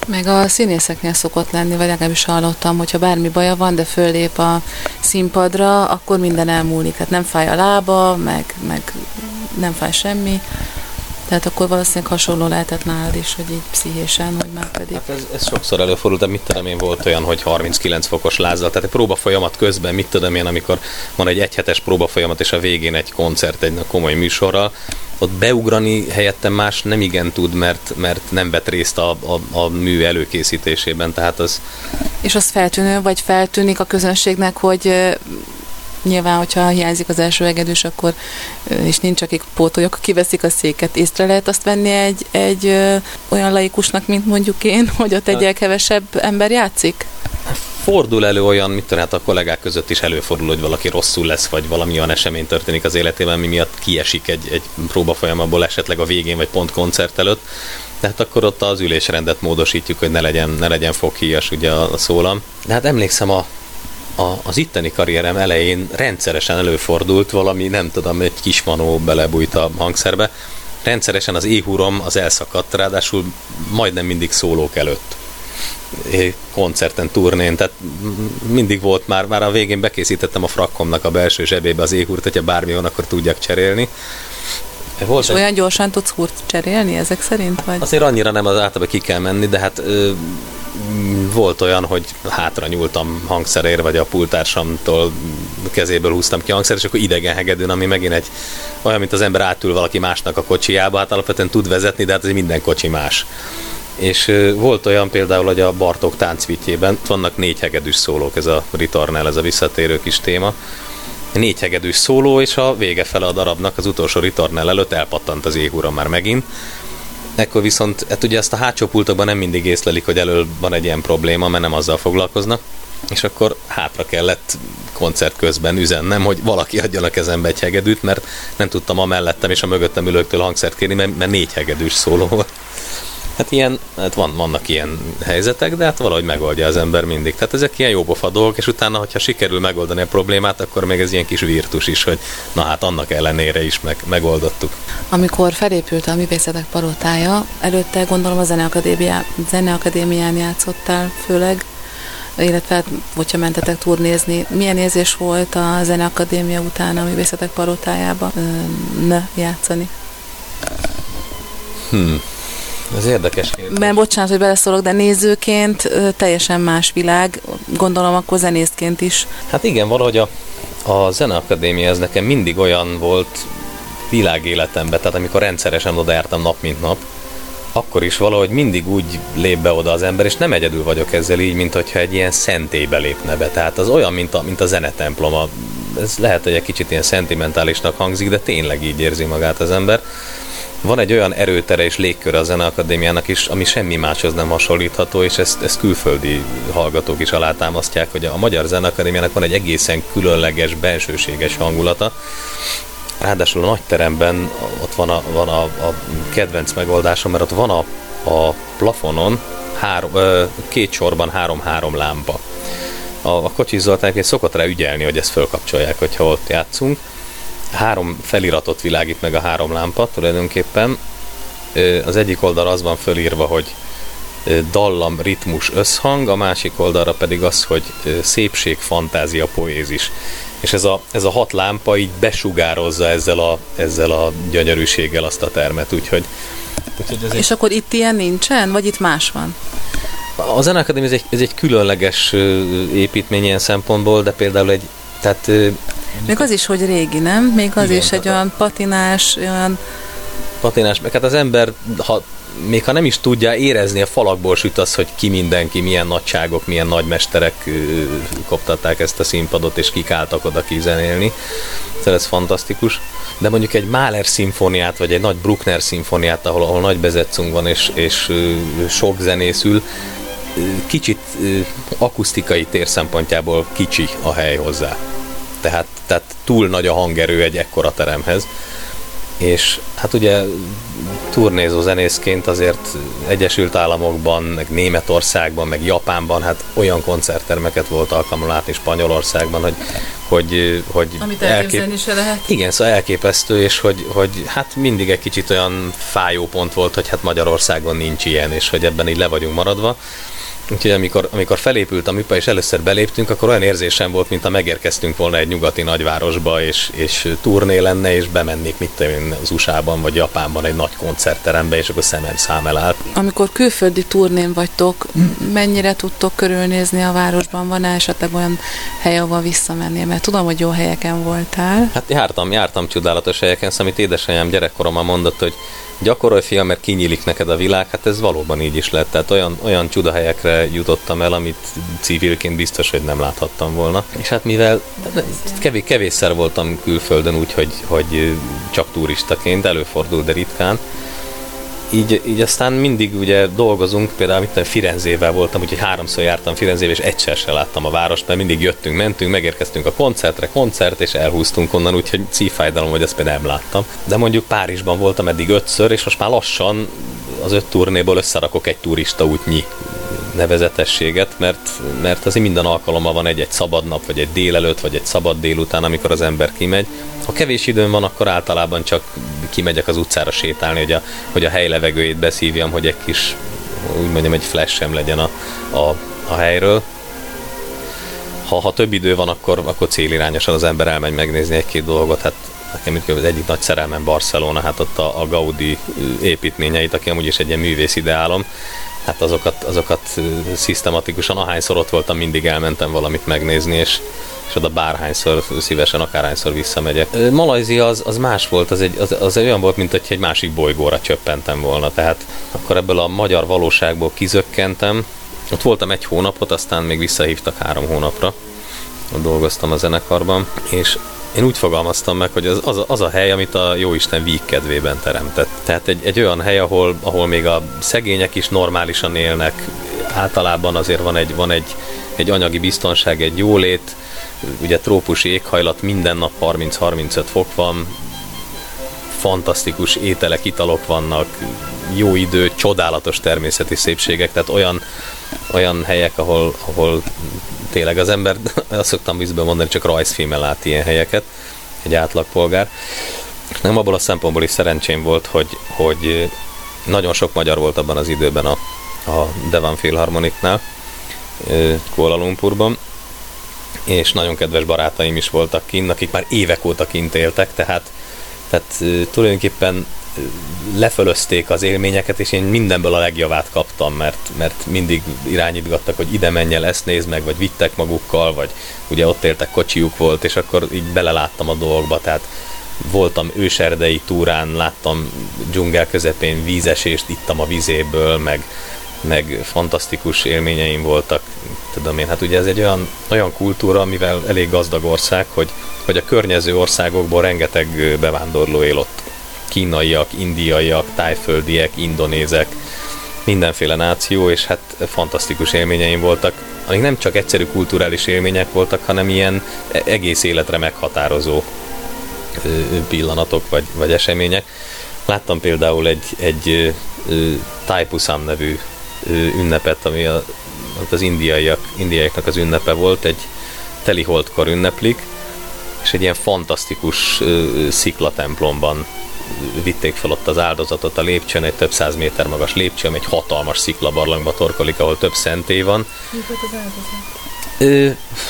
A: Meg a színészeknél szokott lenni, vagy legalábbis hallottam, hogyha bármi baja van, de föllép a színpadra, akkor minden elmúlik. Tehát nem fáj a lába, meg, meg nem fáj semmi. Tehát akkor valószínűleg hasonló lehetett nálad is, hogy így pszichésen, hogy már pedig.
B: Hát ez, ez sokszor előfordult, de mit tudom én, volt olyan, hogy harminckilenc fokos lázzal, tehát egy próbafolyamat közben, mit tudom én, amikor van egy egyhetes próbafolyamat, és a végén egy koncert, egy komoly műsorral, ott beugrani helyettem más nem igen tud, mert, mert nem vett részt a, a, a mű előkészítésében, tehát az...
A: És az feltűnő, vagy feltűnik a közönségnek, hogy nyilván, hogyha hiányzik az első hegedűs, akkor és nincs, akik pótoljuk, kiveszik a széket. Észre lehet azt venni egy, egy ö, olyan laikusnak, mint mondjuk én, hogy ott egyel kevesebb ember játszik?
B: Fordul elő olyan, mit tudom, hát a kollégák között is előfordul, hogy valaki rosszul lesz, vagy valami olyan esemény történik az életében, mi miatt kiesik egy, egy próbafolyamból esetleg a végén, vagy pont koncert előtt. Tehát akkor ott az ülésrendet módosítjuk, hogy ne legyen, ne legyen foghíjas ugye a, a szólam. De hát emlékszem a A, az itteni karrierem elején rendszeresen előfordult valami, nem tudom, egy kismanó belebújt a hangszerbe. Rendszeresen az éhúrom az elszakadt, ráadásul majdnem mindig szólók előtt. É, koncerten, turnén, tehát mindig volt már, már a végén bekészítettem a frakkomnak a belső zsebébe az éhúrt, hogyha bármi van, akkor tudjak cserélni.
A: Volt és egy... olyan gyorsan tudsz húrt cserélni ezek szerint? Vagy?
B: Azért annyira nem, az általában ki kell menni, de hát ö, volt olyan, hogy hátra nyúltam hangszerért, vagy a pultársamtól kezéből húztam ki a hangszert, és akkor idegen hegedűn, ami megint egy olyan, mint az ember átül valaki másnak a kocsijába, hát alapvetően tud vezetni, de hát ez minden kocsi más. És ö, volt olyan például, hogy a Bartók táncvitjében vannak négy hegedűs szólók, ez a ritornell, ez a visszatérő kis téma. Négy hegedűs szóló, és a vége fele a darabnak az utolsó ritornell előtt elpattant az éhúrom már megint. Ekkor viszont, hát ugye ezt a hátsó pultokban nem mindig észlelik, hogy elől van egy ilyen probléma, mert nem azzal foglalkoznak, és akkor hátra kellett koncert közben üzennem, hogy valaki adjon a kezembe egy hegedűt, mert nem tudtam a mellettem és a mögöttem ülőktől hangszert kérni, mert, mert négy hegedűs szóló volt. Hát ilyen, hát van, vannak ilyen helyzetek, de hát valahogy megoldja az ember mindig. Tehát ezek ilyen jópofa dolgok, és utána, hogyha sikerül megoldani a problémát, akkor még ez ilyen kis virtus is, hogy na hát annak ellenére is meg, megoldottuk.
A: Amikor felépült a Művészetek Palotája, előtte gondolom a Zeneakadémián, Zeneakadémián játszottál főleg, illetve hát, hogyha mentetek turnézni, milyen érzés volt a Zeneakadémia után a Művészetek Palotájába ne játszani?
B: Hmm. Ez érdekes kérdés.
A: Mert bocsánat, hogy beleszólok, de nézőként teljesen más világ, gondolom akkor zenészként is.
B: Hát igen, valahogy a, a Zeneakadémia ez nekem mindig olyan volt világéletemben, tehát amikor rendszeresen oda jártam nap mint nap, akkor is valahogy mindig úgy lép be oda az ember, és nem egyedül vagyok ezzel így, mint hogyha egy ilyen szentélybe lépne be. Tehát az olyan, mint a, mint a zenetemplom. Ez lehet, hogy egy kicsit ilyen szentimentálisnak hangzik, de tényleg így érzi magát az ember. Van egy olyan erőtere és légköre a Zeneakadémiának is, ami semmi máshoz nem hasonlítható, és ezt, ezt külföldi hallgatók is alátámasztják, hogy a Magyar Zeneakadémiának van egy egészen különleges, bensőséges hangulata. Ráadásul a nagy teremben ott van a, van a, a kedvenc megoldásom, mert ott van a, a plafonon három, két sorban három-három lámpa. A, a Kocsis Zoltán szokott rá ügyelni, hogy ezt fölkapcsolják, hogyha ott játszunk. Három feliratot világít meg a három lámpa tulajdonképpen. Az egyik oldal az van fölírva, hogy dallam, ritmus, összhang, a másik oldalra pedig az, hogy szépség, fantázia, poézis. És ez a, ez a hat lámpa így besugározza ezzel a, ezzel a gyönyörűséggel azt a termet, úgyhogy... úgyhogy ez
A: és egy... akkor itt ilyen nincsen, vagy itt más van?
B: A Zeneakadémia ez egy, ez egy különleges építmény ilyen szempontból, de például egy... Tehát,
A: még az is, hogy régi, nem? Még az igen, is egy olyan patinás, olyan...
B: Patinás, meg hát az ember, ha, még ha nem is tudja érezni, a falakból süt az, hogy ki mindenki, milyen nagyságok, milyen nagymesterek ö, koptatták ezt a színpadot, és kik álltak oda kizenélni. Szóval ez fantasztikus. De mondjuk egy Mahler szimfóniát, vagy egy nagy Bruckner szimfóniát, ahol, ahol nagy bezetszünk van, és, és ö, sok zenészül, ö, kicsit ö, akusztikai tér szempontjából kicsi a hely hozzá. Tehát, tehát túl nagy a hangerő egy ekkora teremhez. És hát ugye turnézó zenészként azért Egyesült Államokban, meg Németországban, meg Japánban, hát olyan koncerttermeket volt alkalmam látni, Spanyolországban, hogy, hogy, hogy
A: amit elképzelni se lehet.
B: Igen, szóval elképesztő, és hogy, hogy hát mindig egy kicsit olyan fájó pont volt, hogy hát Magyarországon nincs ilyen, és hogy ebben így le vagyunk maradva. Úgyhogy amikor, amikor felépült a műpa, és először beléptünk, akkor olyan érzésem volt, mint ha megérkeztünk volna egy nyugati nagyvárosba, és, és turné lenne, és bemennék, mit tudom én, az u es á-ban vagy Japánban egy nagy koncertterembe, és akkor szemem szám elállt.
A: Amikor külföldi turnén vagytok, mennyire tudtok körülnézni a városban? Van-e esetleg olyan hely, ahol visszamenni? Mert tudom, hogy jó helyeken voltál.
B: Hát jártam, jártam csodálatos helyeken, szóval amit édesanyám gyerekkoromban mondott, hogy gyakorolj, fiam, mert kinyílik neked a világ, hát ez valóban így is lett. Tehát olyan, olyan csodahelyekre jutottam el, amit civilként biztos, hogy nem láthattam volna. És hát mivel kevés, kevésszer voltam külföldön úgy, hogy, hogy csak turistaként, előfordul, de ritkán, így, így aztán mindig ugye dolgozunk, például mit Firenzével voltam, úgyhogy háromszor jártam Firenzével, és egyszer sem láttam a várost, mert mindig jöttünk, mentünk, megérkeztünk a koncertre, koncert, és elhúztunk onnan, úgyhogy szívfájdalom, hogy ezt például nem láttam. De mondjuk Párizsban voltam eddig ötször, és most már lassan az öt turnéból összerakok egy turista útnyi nevezetességet, mert, mert azért minden alkalommal van egy-egy szabad nap, vagy egy délelőtt, vagy egy szabad délután, amikor az ember kimegy. Ha kevés időm van, akkor általában csak kimegyek az utcára sétálni, hogy a, hogy a hely levegőjét beszívjam, hogy egy kis, úgy mondjam, egy flash sem legyen a, a, a helyről. Ha, ha több idő van, akkor, akkor célirányosan az ember elmegy megnézni egy-két dolgot. Hát nekem itt az egyik nagy szerelmem Barcelona, hát ott a, a Gaudi építményeit, aki amúgy is egy ilyen művész ideálom, hát azokat, azokat szisztematikusan, ahányszor ott voltam, mindig elmentem valamit megnézni, és, és oda bárhányszor, szívesen, akárhányszor visszamegyek. Malajzia az, az más volt, az, egy, az, az olyan volt, mint hogy egy másik bolygóra csöppentem volna, tehát akkor ebből a magyar valóságból kizökkentem. Ott voltam egy hónapot, aztán még visszahívtak három hónapra, ott dolgoztam a zenekarban, és én úgy fogalmaztam meg, hogy az, az, a, az a hely, amit a Jóisten víg kedvében teremtett. Tehát egy, egy olyan hely, ahol, ahol még a szegények is normálisan élnek, általában azért van egy, van egy, egy anyagi biztonság, egy jólét, ugye trópusi éghajlat, minden nap harminc-harmincöt fok van, fantasztikus ételek, italok vannak, jó idő, csodálatos természeti szépségek, tehát olyan, olyan helyek, ahol, ahol tényleg az ember, azt szoktam vízből mondani, csak rajzfilmen lát ilyen helyeket, egy átlagpolgár. Nem abból a szempontból is szerencsém volt, hogy, hogy nagyon sok magyar volt abban az időben a, a Dewan Philharmonicnál, Kuala Lumpurban, és nagyon kedves barátaim is voltak kint, akik már évek óta kint éltek, tehát, tehát tulajdonképpen lefölözték az élményeket, és én mindenből a legjavát kaptam, mert, mert mindig irányítgattak, hogy ide menj el, ezt nézd meg, vagy vittek magukkal, vagy ugye ott éltek, kocsijuk volt, és akkor így beleláttam a dolgokba, tehát voltam őserdei túrán, láttam dzsungel közepén vízesést, ittam a vizéből, meg, meg fantasztikus élményeim voltak, tudom én, hát ugye ez egy olyan, olyan kultúra, mivel elég gazdag ország, hogy, hogy a környező országokból rengeteg bevándorló él ott. Kínaiak, indiaiak, tájföldiek, indonézek, mindenféle náció, és hát fantasztikus élményeim voltak, amik nem csak egyszerű kulturális élmények voltak, hanem ilyen egész életre meghatározó pillanatok vagy, vagy események. Láttam például egy, egy Thaipusam nevű ünnepet, ami a, az indiaiak, indiaiaknak az ünnepe volt, egy teli holdkor ünneplik, és egy ilyen fantasztikus sziklatemplomban vitték fel ott az áldozatot a lépcsőn, egy több száz méter magas lépcső, ami egy hatalmas sziklabarlangba torkolik, ahol több szentély van.
A: Mi volt az áldozat?
B: Ö,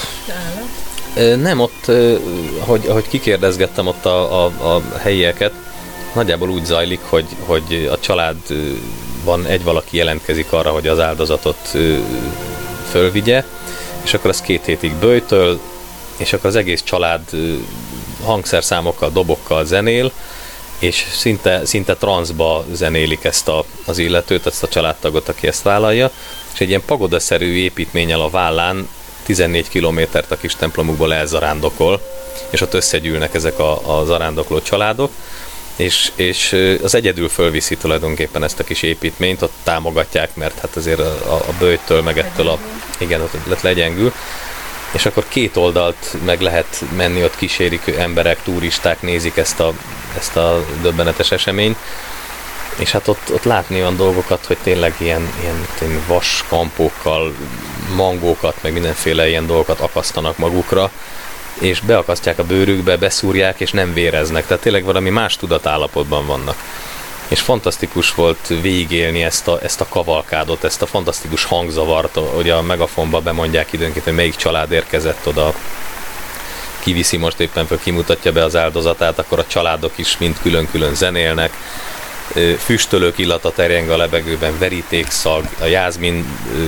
B: ö, nem, ott, ö, ahogy, ahogy kikérdezgettem ott a, a, a helyieket, nagyjából úgy zajlik, hogy, hogy a családban egy valaki jelentkezik arra, hogy az áldozatot ö, fölvigye, és akkor az két hétig böjtöl, és akkor az egész család ö, hangszerszámokkal, dobokkal zenél, és szinte, szinte transzba zenélik ezt a, az illetőt, ezt a családtagot, aki ezt vállalja, és egy ilyen pagodaszerű építménnyel a vállán tizennégy kilométert a kis templomukból elzarándokol, és ott összegyűlnek ezek a, a zarándokló családok, és, és az egyedül fölviszi tulajdonképpen ezt a kis építményt, ott támogatják, mert hát azért a, a böjtől, meg ettől a, igen, ott lett legyengül, és akkor két oldalt meg lehet menni, ott kísérik emberek, turisták, nézik ezt a, ezt a döbbenetes eseményt, és hát ott, ott látni olyan dolgokat, hogy tényleg ilyen, ilyen vas kampókkal, mangókat, meg mindenféle ilyen dolgokat akasztanak magukra, és beakasztják a bőrükbe, beszúrják, és nem véreznek. Tehát tényleg valami más tudatállapotban vannak. És fantasztikus volt végigélni ezt a, ezt a kavalkádot, ezt a fantasztikus hangzavart, hogy a megafonba bemondják időnként, hogy melyik család érkezett oda, kiviszi most éppen föl, kimutatja be az áldozatát, akkor a családok is mind külön-külön zenélnek, füstölők illata terjeng a levegőben, verítékszag, a jázmin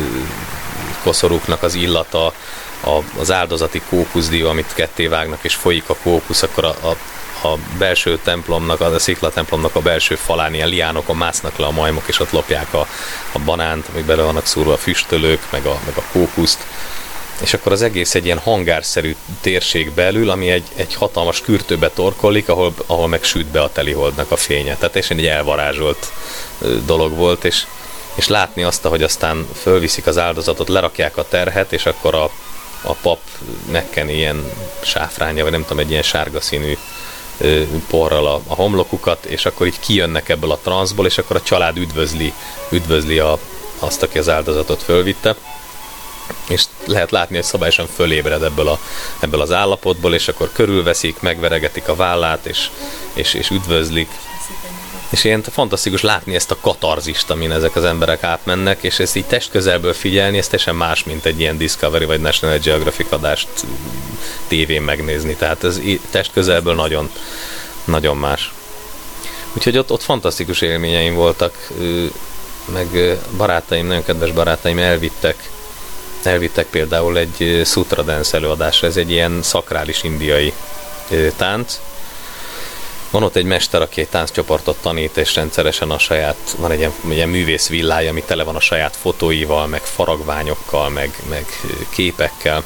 B: koszorúknak az illata, az áldozati kókuszdió, amit ketté vágnak, és folyik a kókusz, akkor a, a, a belső templomnak, a sziklatemplomnak a belső falán ilyen liánokon másznak le a majmok, és ott lopják a, a banánt, amik bele vannak szúrva a füstölők, meg a, meg a kókuszt. És akkor az egész egy ilyen hangárszerű térség belül, ami egy, egy hatalmas kürtőbe torkollik, ahol, ahol meg süt be a teliholdnak a fénye. Tehát teljesen egy elvarázsolt dolog volt, és, és látni azt, hogy aztán fölviszik az áldozatot, lerakják a terhet, és akkor a, a pap megkeni ilyen sáfránja, vagy nem tudom, egy ilyen sárga színű porral a, a homlokukat, és akkor így kijönnek ebből a transzból, és akkor a család üdvözli, üdvözli a, azt, aki az áldozatot fölvitte. És lehet látni, hogy szabályosan fölébred ebből, a, ebből az állapotból, és akkor körülveszik, megveregetik a vállát, és, és, és üdvözlik. És ilyen fantasztikus látni ezt a katarzist, amin ezek az emberek átmennek, és ezt így testközelből figyelni, ez teljesen más, mint egy ilyen Discovery vagy National Geographic adást tévén megnézni. Tehát ez testközelből nagyon, nagyon más. Úgyhogy ott, ott fantasztikus élményeim voltak, meg barátaim, nagyon kedves barátaim elvittek Elvittek például egy Sutra Dance előadásra, ez egy ilyen szakrális indiai tánc. Van ott egy mester, aki egy tánccsoportot tanít, és rendszeresen a saját, van egy ilyen, ilyen művész villája, ami tele van a saját fotóival, meg faragványokkal, meg, meg képekkel.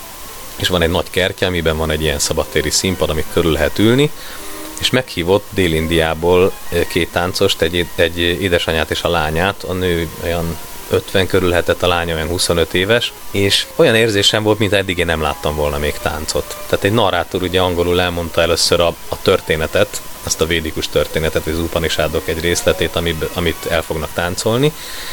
B: És van egy nagy kertje, amiben van egy ilyen szabadtéri színpad, amit körül lehet ülni, és meghívott Dél-Indiából két táncost, egy, egy édesanyát és a lányát, a nő olyan ötven körül lehetett, a lánya olyan huszonöt éves, és olyan érzésem volt, mint eddig én nem láttam volna még táncot. Tehát egy narrátor ugye angolul elmondta először a, a történetet, azt a védikus történetet, az Upanishadok egy részletét, amit, amit el fognak táncolni,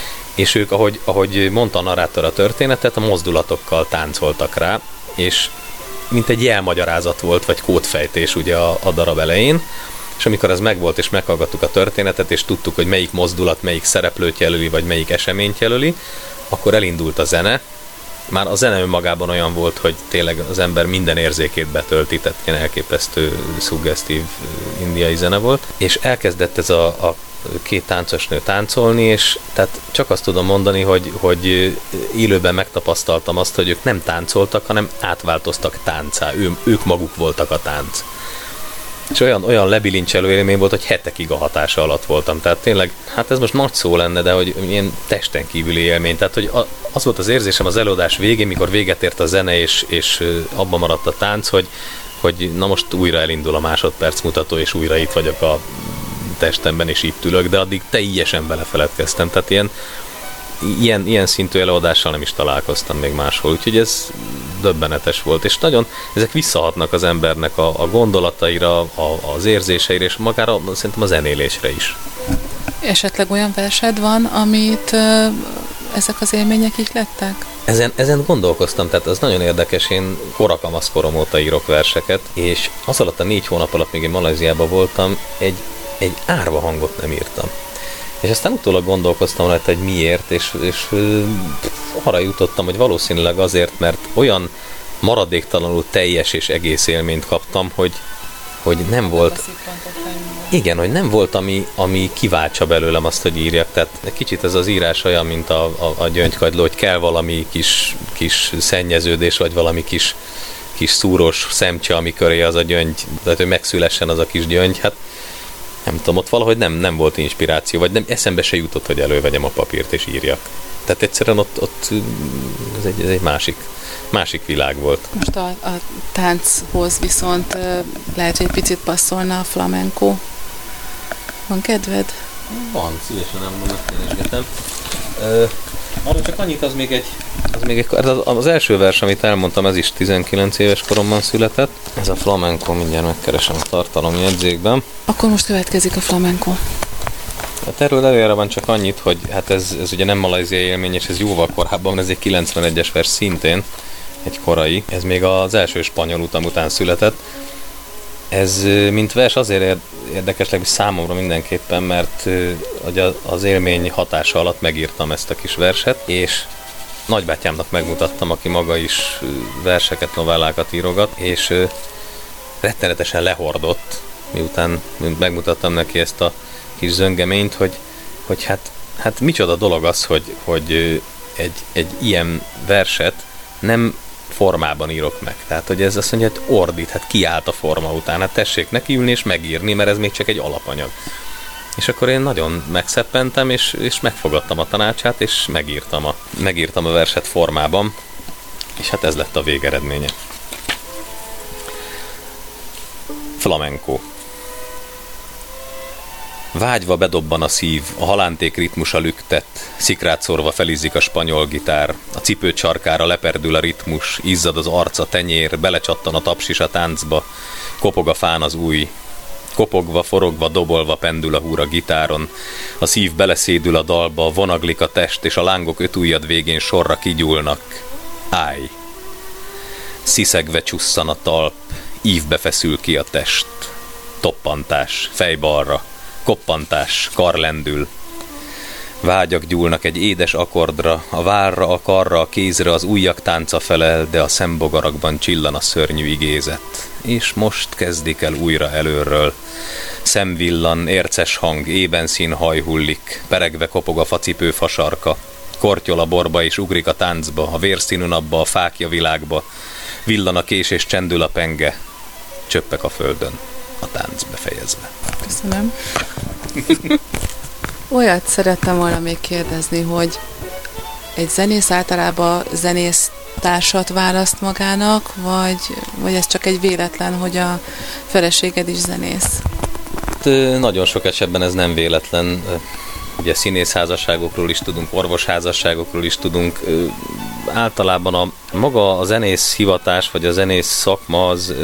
B: és ők, ahogy, ahogy mondta a narrátor a történetet, a mozdulatokkal táncoltak rá, és mint egy jelmagyarázat volt, vagy kódfejtés ugye a, a darab elején, és amikor ez megvolt, és meghallgattuk a történetet, és tudtuk, hogy melyik mozdulat, melyik szereplőt jelöli, vagy melyik eseményt jelöli, akkor elindult a zene. Már a zene önmagában olyan volt, hogy tényleg az ember minden érzékét betölti, tehát ilyen elképesztő, szuggesztív indiai zene volt, és elkezdett ez a, a két táncosnő táncolni, és tehát csak azt tudom mondani, hogy, hogy élőben megtapasztaltam azt, hogy ők nem táncoltak, hanem átváltoztak táncá, ő, ők maguk voltak a tánc. És olyan, olyan lebilincselő élmény volt, hogy hetekig a hatása alatt voltam. Tehát tényleg, hát ez most nagy szó lenne, de hogy ilyen testen kívüli élmény. Tehát, hogy az volt az érzésem az előadás végén, mikor véget ért a zene, és, és abban maradt a tánc, hogy, hogy na most újra elindul a másodperc mutató, és újra itt vagyok a testemben, és itt ülök, de addig teljesen belefeledkeztem. Tehát ilyen, ilyen, ilyen szintű előadással nem is találkoztam még máshol. Úgyhogy ez döbbenetes volt, és nagyon ezek visszahatnak az embernek a, a gondolataira, a, az érzéseire, és magára szerintem a zenélésre is.
A: Esetleg olyan versed van, amit ö, ezek az élmények így lettek?
B: Ezen, ezen gondolkoztam, tehát ez nagyon érdekes, én korakamasz korom óta írok verseket, és az alatt a négy hónap alatt, még én Malajziában voltam, egy, egy árva hangot nem írtam. És aztán utólag gondolkoztam rajta, hogy miért, és, és arra jutottam, hogy valószínűleg azért, mert olyan maradéktalanul teljes és egész élményt kaptam, hogy, hogy nem volt... Igen, hogy nem volt, ami, ami kiváltsa belőlem azt, hogy írjak. Tehát kicsit ez az írás olyan, mint a, a, a gyöngykagyló, hogy kell valami kis, kis szennyeződés, vagy valami kis, kis szúrós szemcse, ami köré az a gyöngy, tehát hogy megszülessen az a kis gyöngy. Hát nem tudom, ott valahogy nem, nem volt inspiráció, vagy nem, eszembe se jutott, hogy elővegyem a papírt és írjak. Tehát egyszerűen ott, ott ez, egy, ez egy másik, másik világ volt.
A: Most a, a tánchoz viszont lehet, hogy egy picit passzolna a flamenco. Van kedved?
B: Van, szívesen elmondom, ezt keresgetem. Arra csak annyit, az még egy, az még egy, az, az első vers, amit elmondtam, ez is tizenkilenc éves koromban született. Ez a flamenco, mindjárt megkeresem a tartalomjegyzékben.
A: Akkor most következik a flamenco.
B: Hát erről előre van csak annyit, hogy hát ez, ez ugye nem malajziai élmény, és ez jóval korábban, ez egy kilencvenegyes vers szintén, egy korai, ez még az első spanyol utam után született. Ez mint vers azért érdekes legalábbis számomra mindenképpen, mert az élmény hatása alatt megírtam ezt a kis verset, és nagybátyámnak megmutattam, aki maga is verseket, novellákat írogat, és rettenetesen lehordott, miután megmutattam neki ezt a kis zöngeményt, hogy, hogy hát, hát micsoda dolog az, hogy, hogy egy, egy ilyen verset nem formában írok meg. Tehát, hogy ez azt mondja, hogy ordít, hát kiállt a forma után, hát tessék nekiülni és megírni, mert ez még csak egy alapanyag. És akkor én nagyon megszeppentem, és, és megfogadtam a tanácsát, és megírtam a, megírtam a verset formában, és hát ez lett a végeredménye. Flamenco. Vágyva bedobban a szív, a halánték ritmusa lüktet, szikrát szórva felizzik a spanyol gitár, a cipő csarkára leperdül a ritmus, izzad az arca, tenyér, belecsattan a taps is a táncba, kopog a fán az új, kopogva, forogva, dobolva pendül a húr a gitáron, a szív beleszédül a dalba, vonaglik a test, és a lángok öt ujjad végén sorra kigyúlnak. Állj! Sziszegve csusszan a talp, ívbe feszül ki a test. Toppantás, fej balra, koppantás, kar lendül. Vágyak gyúlnak egy édes akkordra, a várra, a karra, a kézre az ujjak tánca felel, de a szembogarakban csillan a szörnyű igézet. És most kezdik el újra előről. Szemvillan, érces hang, ében szín haj hullik, peregve kopog a facipő fasarka. Kortyol a borba és ugrik a táncba, a vérszínű napba, a fákja világba. Villan a kés és csendül a penge. Csöppek a földön, a tánc befejezve.
A: Köszönöm. Olyat szerettem volna még kérdezni, hogy egy zenész általában zenész társat választ magának, vagy, vagy ez csak egy véletlen, hogy a feleséged is zenész?
B: Nagyon sok esetben ez nem véletlen. Ugye színészházasságokról is tudunk, orvosházasságokról is tudunk. Általában a maga a zenész hivatás, vagy a zenész szakma az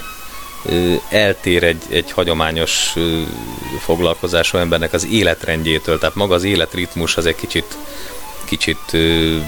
B: eltér egy, egy hagyományos foglalkozású embernek az életrendjétől, tehát maga az életritmus az egy kicsit, kicsit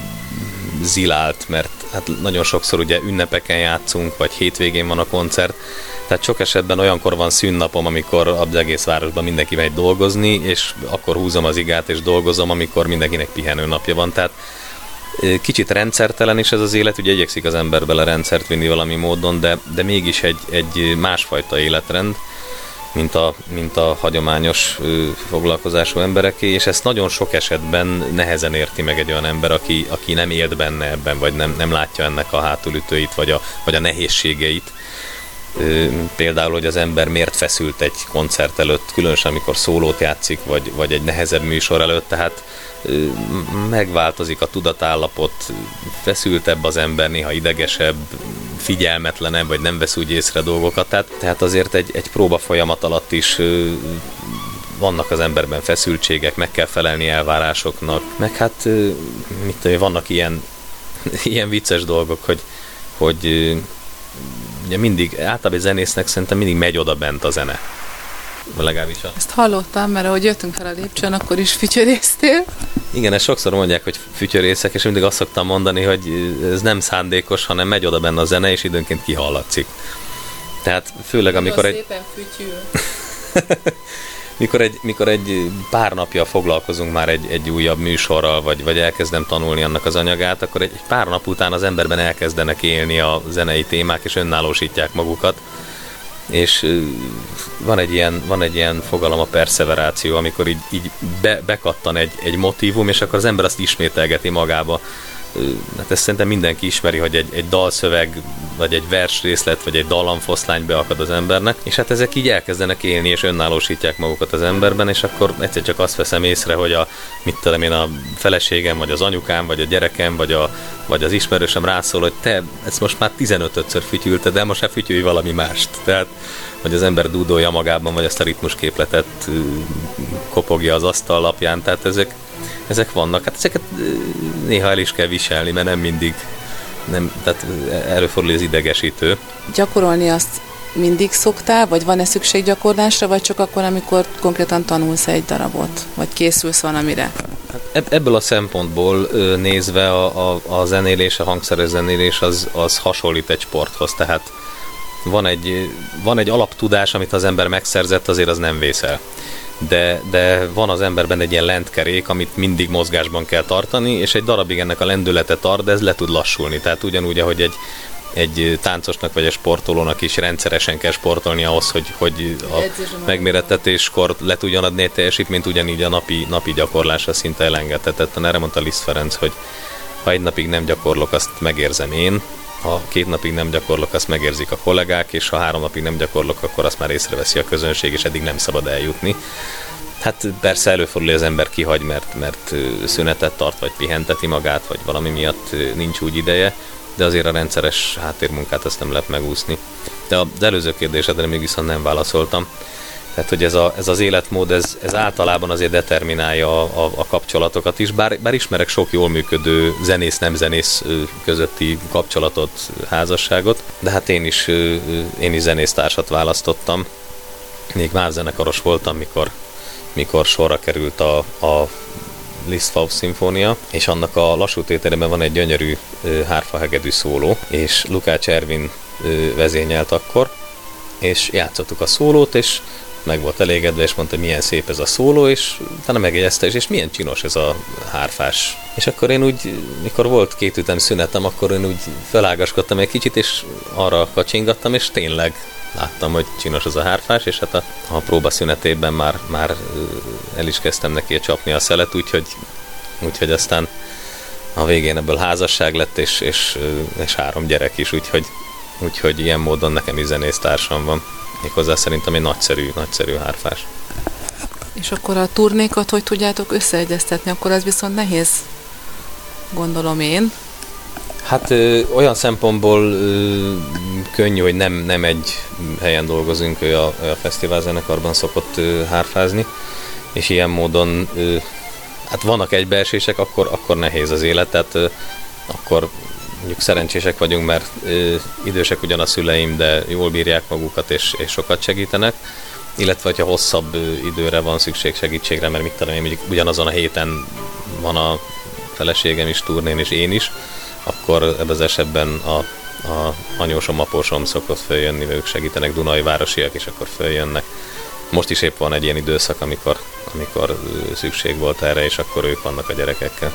B: zilált, mert hát nagyon sokszor ugye ünnepeken játszunk, vagy hétvégén van a koncert, tehát sok esetben olyankor van szünnapom, amikor az egész városban mindenki megy dolgozni, és akkor húzom az igát és dolgozom, amikor mindenkinek pihenőnapja van, tehát kicsit rendszertelen is ez az élet, ugye igyekszik az ember bele rendszert vinni valami módon, de, de mégis egy, egy másfajta életrend, mint a, mint a hagyományos ö, foglalkozású embereké, és ezt nagyon sok esetben nehezen érti meg egy olyan ember, aki, aki nem élt benne ebben, vagy nem, nem látja ennek a hátulütőit, vagy a, vagy a nehézségeit. Ö, például, hogy az ember miért feszült egy koncert előtt, különösen amikor szólót játszik, vagy, vagy egy nehezebb műsor előtt, tehát megváltozik a tudatállapot, feszültebb az ember, néha idegesebb, figyelmetlenebb, vagy nem vesz úgy észre dolgokat. Tehát, tehát azért egy, egy próba folyamat alatt is vannak az emberben feszültségek, meg kell felelni elvárásoknak, meg hát mit tudom, vannak ilyen, ilyen vicces dolgok, hogy, hogy ugye mindig, általában egy zenésznek szerintem mindig megy oda bent a zene. Legalábbis a...
A: Ezt hallottam, mert ahogy jöttünk fel a lépcsőn, akkor is fütyörésztél.
B: Igen, ezt sokszor mondják, hogy fütyörészek, és mindig azt szoktam mondani, hogy ez nem szándékos, hanem megy oda benne a zene, és időnként kihallatszik. Tehát főleg amikor egy...
A: szépen fütyül.
B: mikor, egy, mikor egy pár napja foglalkozunk már egy, egy újabb műsorral, vagy, vagy elkezdem tanulni annak az anyagát, akkor egy, egy pár nap után az emberben elkezdenek élni a zenei témák, és önállósítják magukat. És van egy ilyen, van egy ilyen fogalom, a perseveráció, amikor így, így be, bekattan egy, egy motívum, és akkor az ember azt ismételgeti magába. Hát ezt szerintem mindenki ismeri, hogy egy, egy dalszöveg, vagy egy versrészlet, vagy egy dallamfoszlány beakad az embernek, és hát ezek így elkezdenek élni, és önállósítják magukat az emberben, és akkor egyszer csak azt veszem észre, hogy a, mit tudom én, a feleségem, vagy az anyukám, vagy a gyerekem, vagy, a, vagy az ismerősöm rászól, hogy te ezt most már tizenötödször fütyülted, de most már fütyülj valami mást. Tehát, hogy az ember dúdolja magában, vagy ezt a ritmusképletet kopogja az asztal lapján, tehát ezek Ezek vannak, hát ezeket néha el is kell viselni, mert nem mindig, nem, tehát előfordul az idegesítő.
A: Gyakorolni azt mindig szoktál, vagy van-e szükség gyakorlásra, vagy csak akkor, amikor konkrétan tanulsz egy darabot, vagy készülsz valamire?
B: Hát ebből a szempontból nézve a, a, a zenélés, a hangszeres zenélés az, az hasonlít egy sporthoz, tehát van egy, van egy alaptudás, amit az ember megszerzett, azért az nem vészel. De, de van az emberben egy ilyen lentkerék, amit mindig mozgásban kell tartani, és egy darabig ennek a lendülete tart, de ez le tud lassulni. Tehát ugyanúgy, ahogy egy, egy táncosnak vagy egy sportolónak is rendszeresen kell sportolni ahhoz, hogy, hogy a megmérettetéskor le tudjon adni egy teljesítményt, ugyanígy a napi, napi gyakorlása szinte elengedhetetlen. Erre mondta Liszt Ferenc, hogy ha egy napig nem gyakorlok, azt megérzem én, ha két napig nem gyakorlok, azt megérzik a kollégák, és ha három napig nem gyakorlok, akkor azt már észreveszi a közönség, és eddig nem szabad eljutni. Hát persze előfordul, hogy az ember kihagy, mert, mert szünetet tart, vagy pihenteti magát, vagy valami miatt nincs úgy ideje, de azért a rendszeres háttérmunkát azt nem lehet megúszni. De az előző kérdésedre még viszont nem válaszoltam. Tehát, hogy ez, a, ez az életmód, ez, ez általában azért determinálja a, a, a kapcsolatokat is, bár, bár ismerek sok jól működő zenész-nem zenész közötti kapcsolatot, házasságot, de hát én is, én is zenésztársat választottam. Még más zenekaros voltam, mikor, mikor sorra került a, a Liszt Faust szimfónia, és annak a lassú tételében van egy gyönyörű hárfahegedű szóló, és Lukács Ervin vezényelt akkor, és játszottuk a szólót, és meg volt elégedve, és mondta, hogy milyen szép ez a szóló, és utána megjegyezte, és milyen csinos ez a hárfás. És akkor én úgy, mikor volt két ütem szünetem, akkor én úgy felágaskodtam egy kicsit, és arra kacsingattam, és tényleg láttam, hogy csinos az a hárfás, és hát a, a próba szünetében már, már el is kezdtem neki csapni a szelet, úgyhogy, úgyhogy aztán a végén ebből házasság lett, és, és, és három gyerek is, úgyhogy, úgyhogy ilyen módon nekem is zenésztársam van. Méghozzá szerintem egy nagyszerű, nagyszerű hárfás.
A: És akkor a turnékat hogy tudjátok összeegyeztetni? Akkor ez viszont nehéz, gondolom én.
B: Hát ö, olyan szempontból ö, könnyű, hogy nem, nem egy helyen dolgozunk, ő a, a fesztiválzenekarban szokott ö, hárfázni, és ilyen módon ö, hát vannak egybeesések, akkor, akkor nehéz az élet, tehát ö, akkor mondjuk szerencsések vagyunk, mert ö, idősek ugyan a szüleim, de jól bírják magukat, és, és sokat segítenek, illetve hogyha hosszabb ö, időre van szükség segítségre, mert mit tudom én, mondjuk ugyanazon a héten van a feleségem is turnén, és én is, akkor ebben az esetben a, a anyósom, apósom szokott följönni, ők segítenek, Dunai városiak, és akkor följönnek. Most is épp van egy ilyen időszak, amikor, amikor szükség volt erre, és akkor ők vannak a gyerekekkel.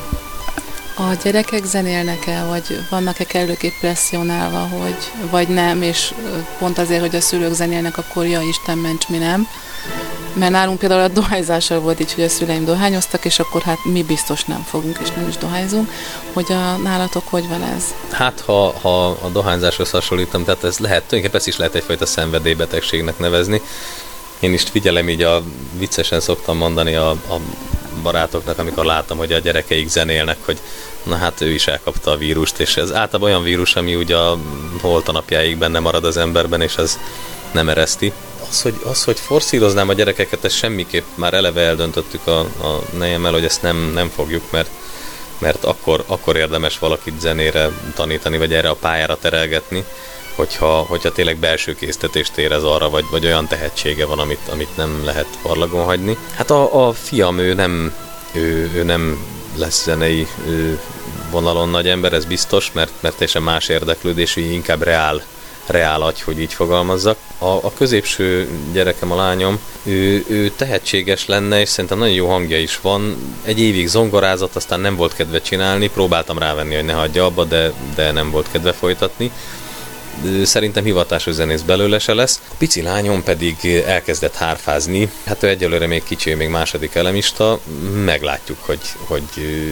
A: A gyerekek zenélnek-e, vagy vannak-e kellőképp presszionálva, hogy, vagy nem, és pont azért, hogy a szülők zenélnek, akkor ja Isten ments, mi nem. Mert nálunk például a dohányzással volt így, hogy a szüleim dohányoztak, és akkor hát mi biztos nem fogunk, és nem is dohányzunk. Hogy a nálatok hogy van ez?
B: Hát, ha, ha a dohányzáshoz hasonlítom, tehát ez lehet, tulajdonképpen ezt is lehet egyfajta szenvedélybetegségnek nevezni. Én is figyelem, így a viccesen szoktam mondani a, a barátoknak, amikor látom, hogy a gyerekeik zenélnek, hogy na hát ő is elkapta a vírust, és ez általában olyan vírus, ami ugye a holtanapjáig benne marad az emberben, és ez nem ereszti. Az, hogy, az, hogy forszíroznám a gyerekeket, ezt semmiképp már eleve eldöntöttük a, a nejemmel, hogy ezt nem, nem fogjuk, mert, mert akkor, akkor érdemes valakit zenére tanítani, vagy erre a pályára terelgetni, hogyha, hogyha tényleg belső késztetést érez arra, vagy, vagy olyan tehetsége van, amit, amit nem lehet parlagon hagyni. Hát a, a fiam, ő nem, ő, ő nem lesz zenei ő, vonalon nagy ember, ez biztos, mert, mert teljesen más érdeklődésű, inkább reál, reál agy, hogy így fogalmazzak. A, a középső gyerekem, a lányom, ő, ő tehetséges lenne, és szerintem nagyon jó hangja is van. Egy évig zongorázott, aztán nem volt kedve csinálni, próbáltam rávenni, hogy ne hagyja abba, de, de nem volt kedve folytatni. Szerintem hivatásos zenész belőle se lesz. A pici lányom pedig elkezdett hárfázni. Hát ő egyelőre még kicsi, még második elemista. Meglátjuk, hogy, hogy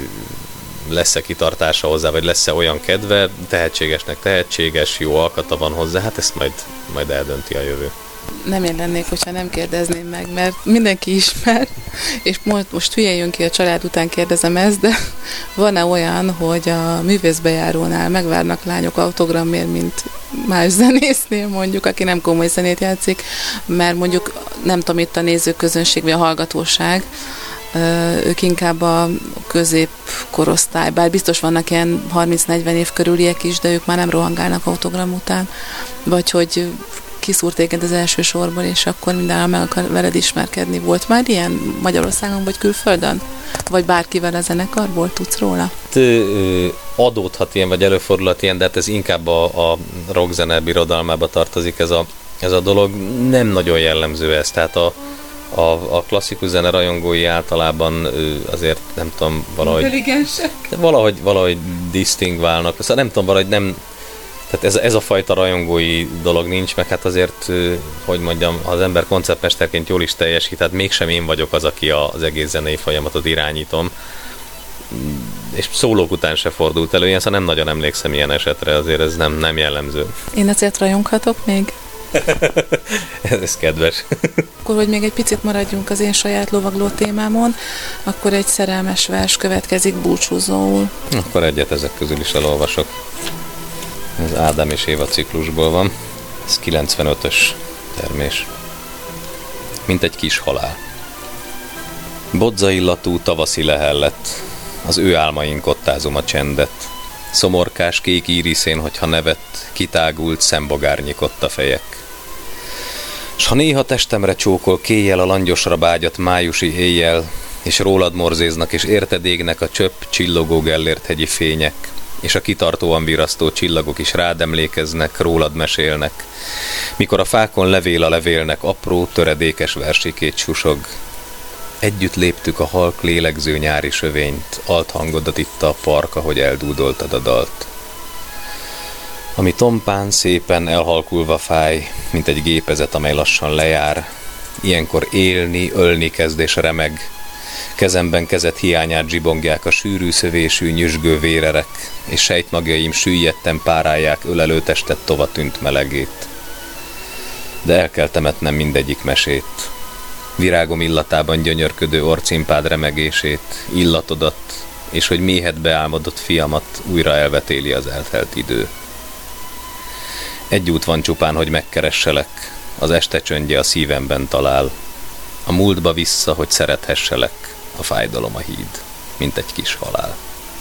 B: lesz-e kitartása hozzá, vagy lesz-e olyan kedve. Tehetségesnek tehetséges, jó alkata van hozzá. Hát ezt majd, majd eldönti a jövő.
A: Nem én lennék, hogyha nem kérdezném meg, mert mindenki ismer, és most, most hülye jön ki a család után kérdezem ezt, de van-e olyan, hogy a művészbejárónál megvárnak lányok autogramért, mint más zenésznél mondjuk, aki nem komoly zenét játszik, mert mondjuk nem tudom, itt a nézőközönség vagy a hallgatóság, ők inkább a középkorosztály, bár biztos vannak ilyen harminc-negyven év körüliek is, de ők már nem rohangálnak autogram után, vagy hogy kiszúrt téged az első sorból, és akkor mindenhol meg akar veled ismerkedni. Volt már ilyen Magyarországon vagy külföldön? Vagy bárkivel a zenekarból tudsz róla?
B: Adódhat ilyen, vagy előfordulhat ilyen, de hát ez inkább a, a rockzene birodalmába tartozik ez a, ez a dolog. Nem nagyon jellemző ez, tehát a, a, a klasszikus zene rajongói általában azért nem tudom, valahogy valahogy, valahogy disztingválnak. Szóval nem tudom, valahogy nem. Tehát ez, ez a fajta rajongói dolog nincs, meg hát azért, hogy mondjam, ha az ember koncertmesterként jól is teljesít, tehát mégsem én vagyok az, aki az egész zenei folyamatot irányítom. És szólók után se fordult elő, ilyen, szóval nem nagyon emlékszem ilyen esetre, azért ez nem, nem jellemző.
A: Én ezért rajonghatok még?
B: ez, ez kedves.
A: Akkor, hogy még egy picit maradjunk az én saját lovagló témámon, akkor egy szerelmes vers következik búcsúzóul.
B: Akkor egyet ezek közül is elolvasok. Ez Ádám és Éva ciklusból van. Ez kilencvenötös termés. Mint egy kis halál. Bodzaillatú tavaszi lehel lett. Az ő álmaink kottázom a csendet. Szomorkás kék íriszén, hogyha nevet, kitágult szembogár nyikott a fejek. S ha néha testemre csókol kéjjel a langyosra bágyat májusi éjjel, és rólad morzéznak és érted égnek a csöpp csillogó Gellért hegyi fények, és a kitartóan virasztó csillagok is rád emlékeznek, rólad mesélnek, mikor a fákon levél a levélnek apró, töredékes versikét susog. Együtt léptük a halk lélegző nyári sövényt, althangodat itta a park, ahogy eldúdoltad a dalt. Ami tompán, szépen elhalkulva fáj, mint egy gépezet, amely lassan lejár, ilyenkor élni, ölni kezd és remeg, kezemben kezet hiányát zsibongják a sűrű szövésű, nyüzsgő vérerek, és sejtmagjaim süllyedten párálják ölelő testet tovatűnt melegét. De el kell temetnem mindegyik mesét, virágom illatában gyönyörködő orcimpád remegését, illatodat, és hogy méhedbe álmodott fiamat újra elvetéli az eltelt idő. Egy út van csupán, hogy megkeresselek, az este csöndje a szívemben talál, a múltba vissza, hogy szerethesselek, a fájdalom a híd, mint egy kis halál.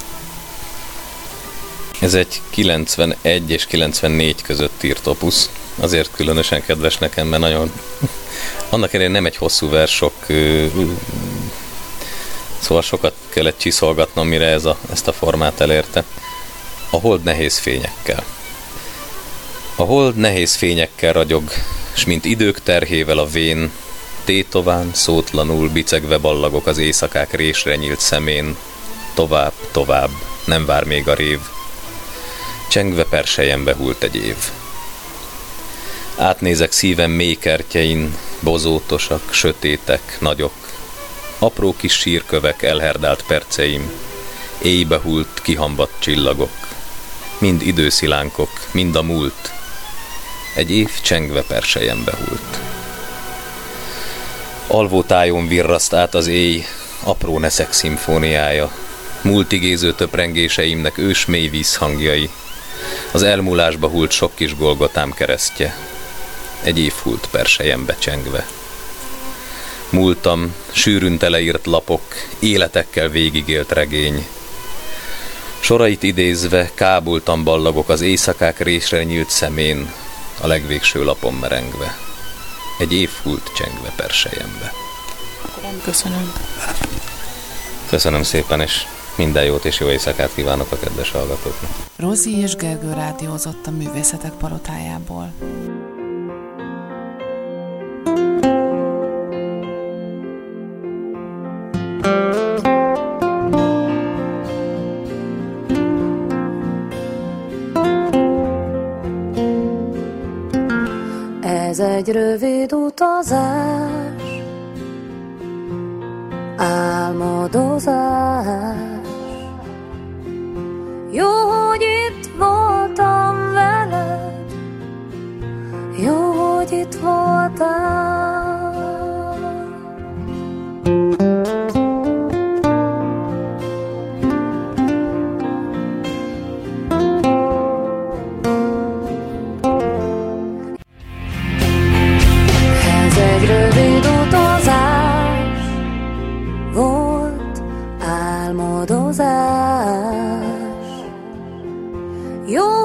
B: Ez egy kilencvenegy és kilencvennégy között írt opusz, azért különösen kedves nekem, mert nagyon, annak ellenére nem egy hosszú vers, sok, szóval sokat kellett csiszolgatnom, mire ez a, ezt a formát elérte. A hold nehéz fényekkel. A hold nehéz fényekkel ragyog, s mint idők terhével a vén, tétován, szótlanul bicegve ballagok az éjszakák résre nyílt szemén. Tovább, tovább, nem vár még a rév. Csengve perselyembe hult egy év. Átnézek szívem mély kertjein, bozótosak, sötétek, nagyok. Apró kis sírkövek elherdált perceim, éjbe hult, kihambadt csillagok. Mind időszilánkok, mind a múlt. Egy év csengve perselyembe hult. Alvó tájon virraszt át az éj, apró neszek szimfóniája, múlt igéző töprengéseimnek ős mély vízhangjai, az elmúlásba hult sok kis Golgotám keresztje, egy év hult perselyembe csengve. Múltam, sűrűn teleírt lapok, életekkel végigélt regény, sorait idézve kábultan ballagok az éjszakák résre nyílt szemén, a legvégső lapon merengve. Egy év hult csengve perselyembe.
A: Köszönöm.
B: Köszönöm szépen, és minden jót és jó éjszakát kívánok a kedves hallgatóknak.
A: Rozi és Gergő rádiózott a Művészetek Palotájából.
C: Ez egy rövid utazás, álmodozás. Jó, hogy itt voltam veled, jó, hogy itt voltál. Ez egy rövid utazás volt, álmodozás. Jó,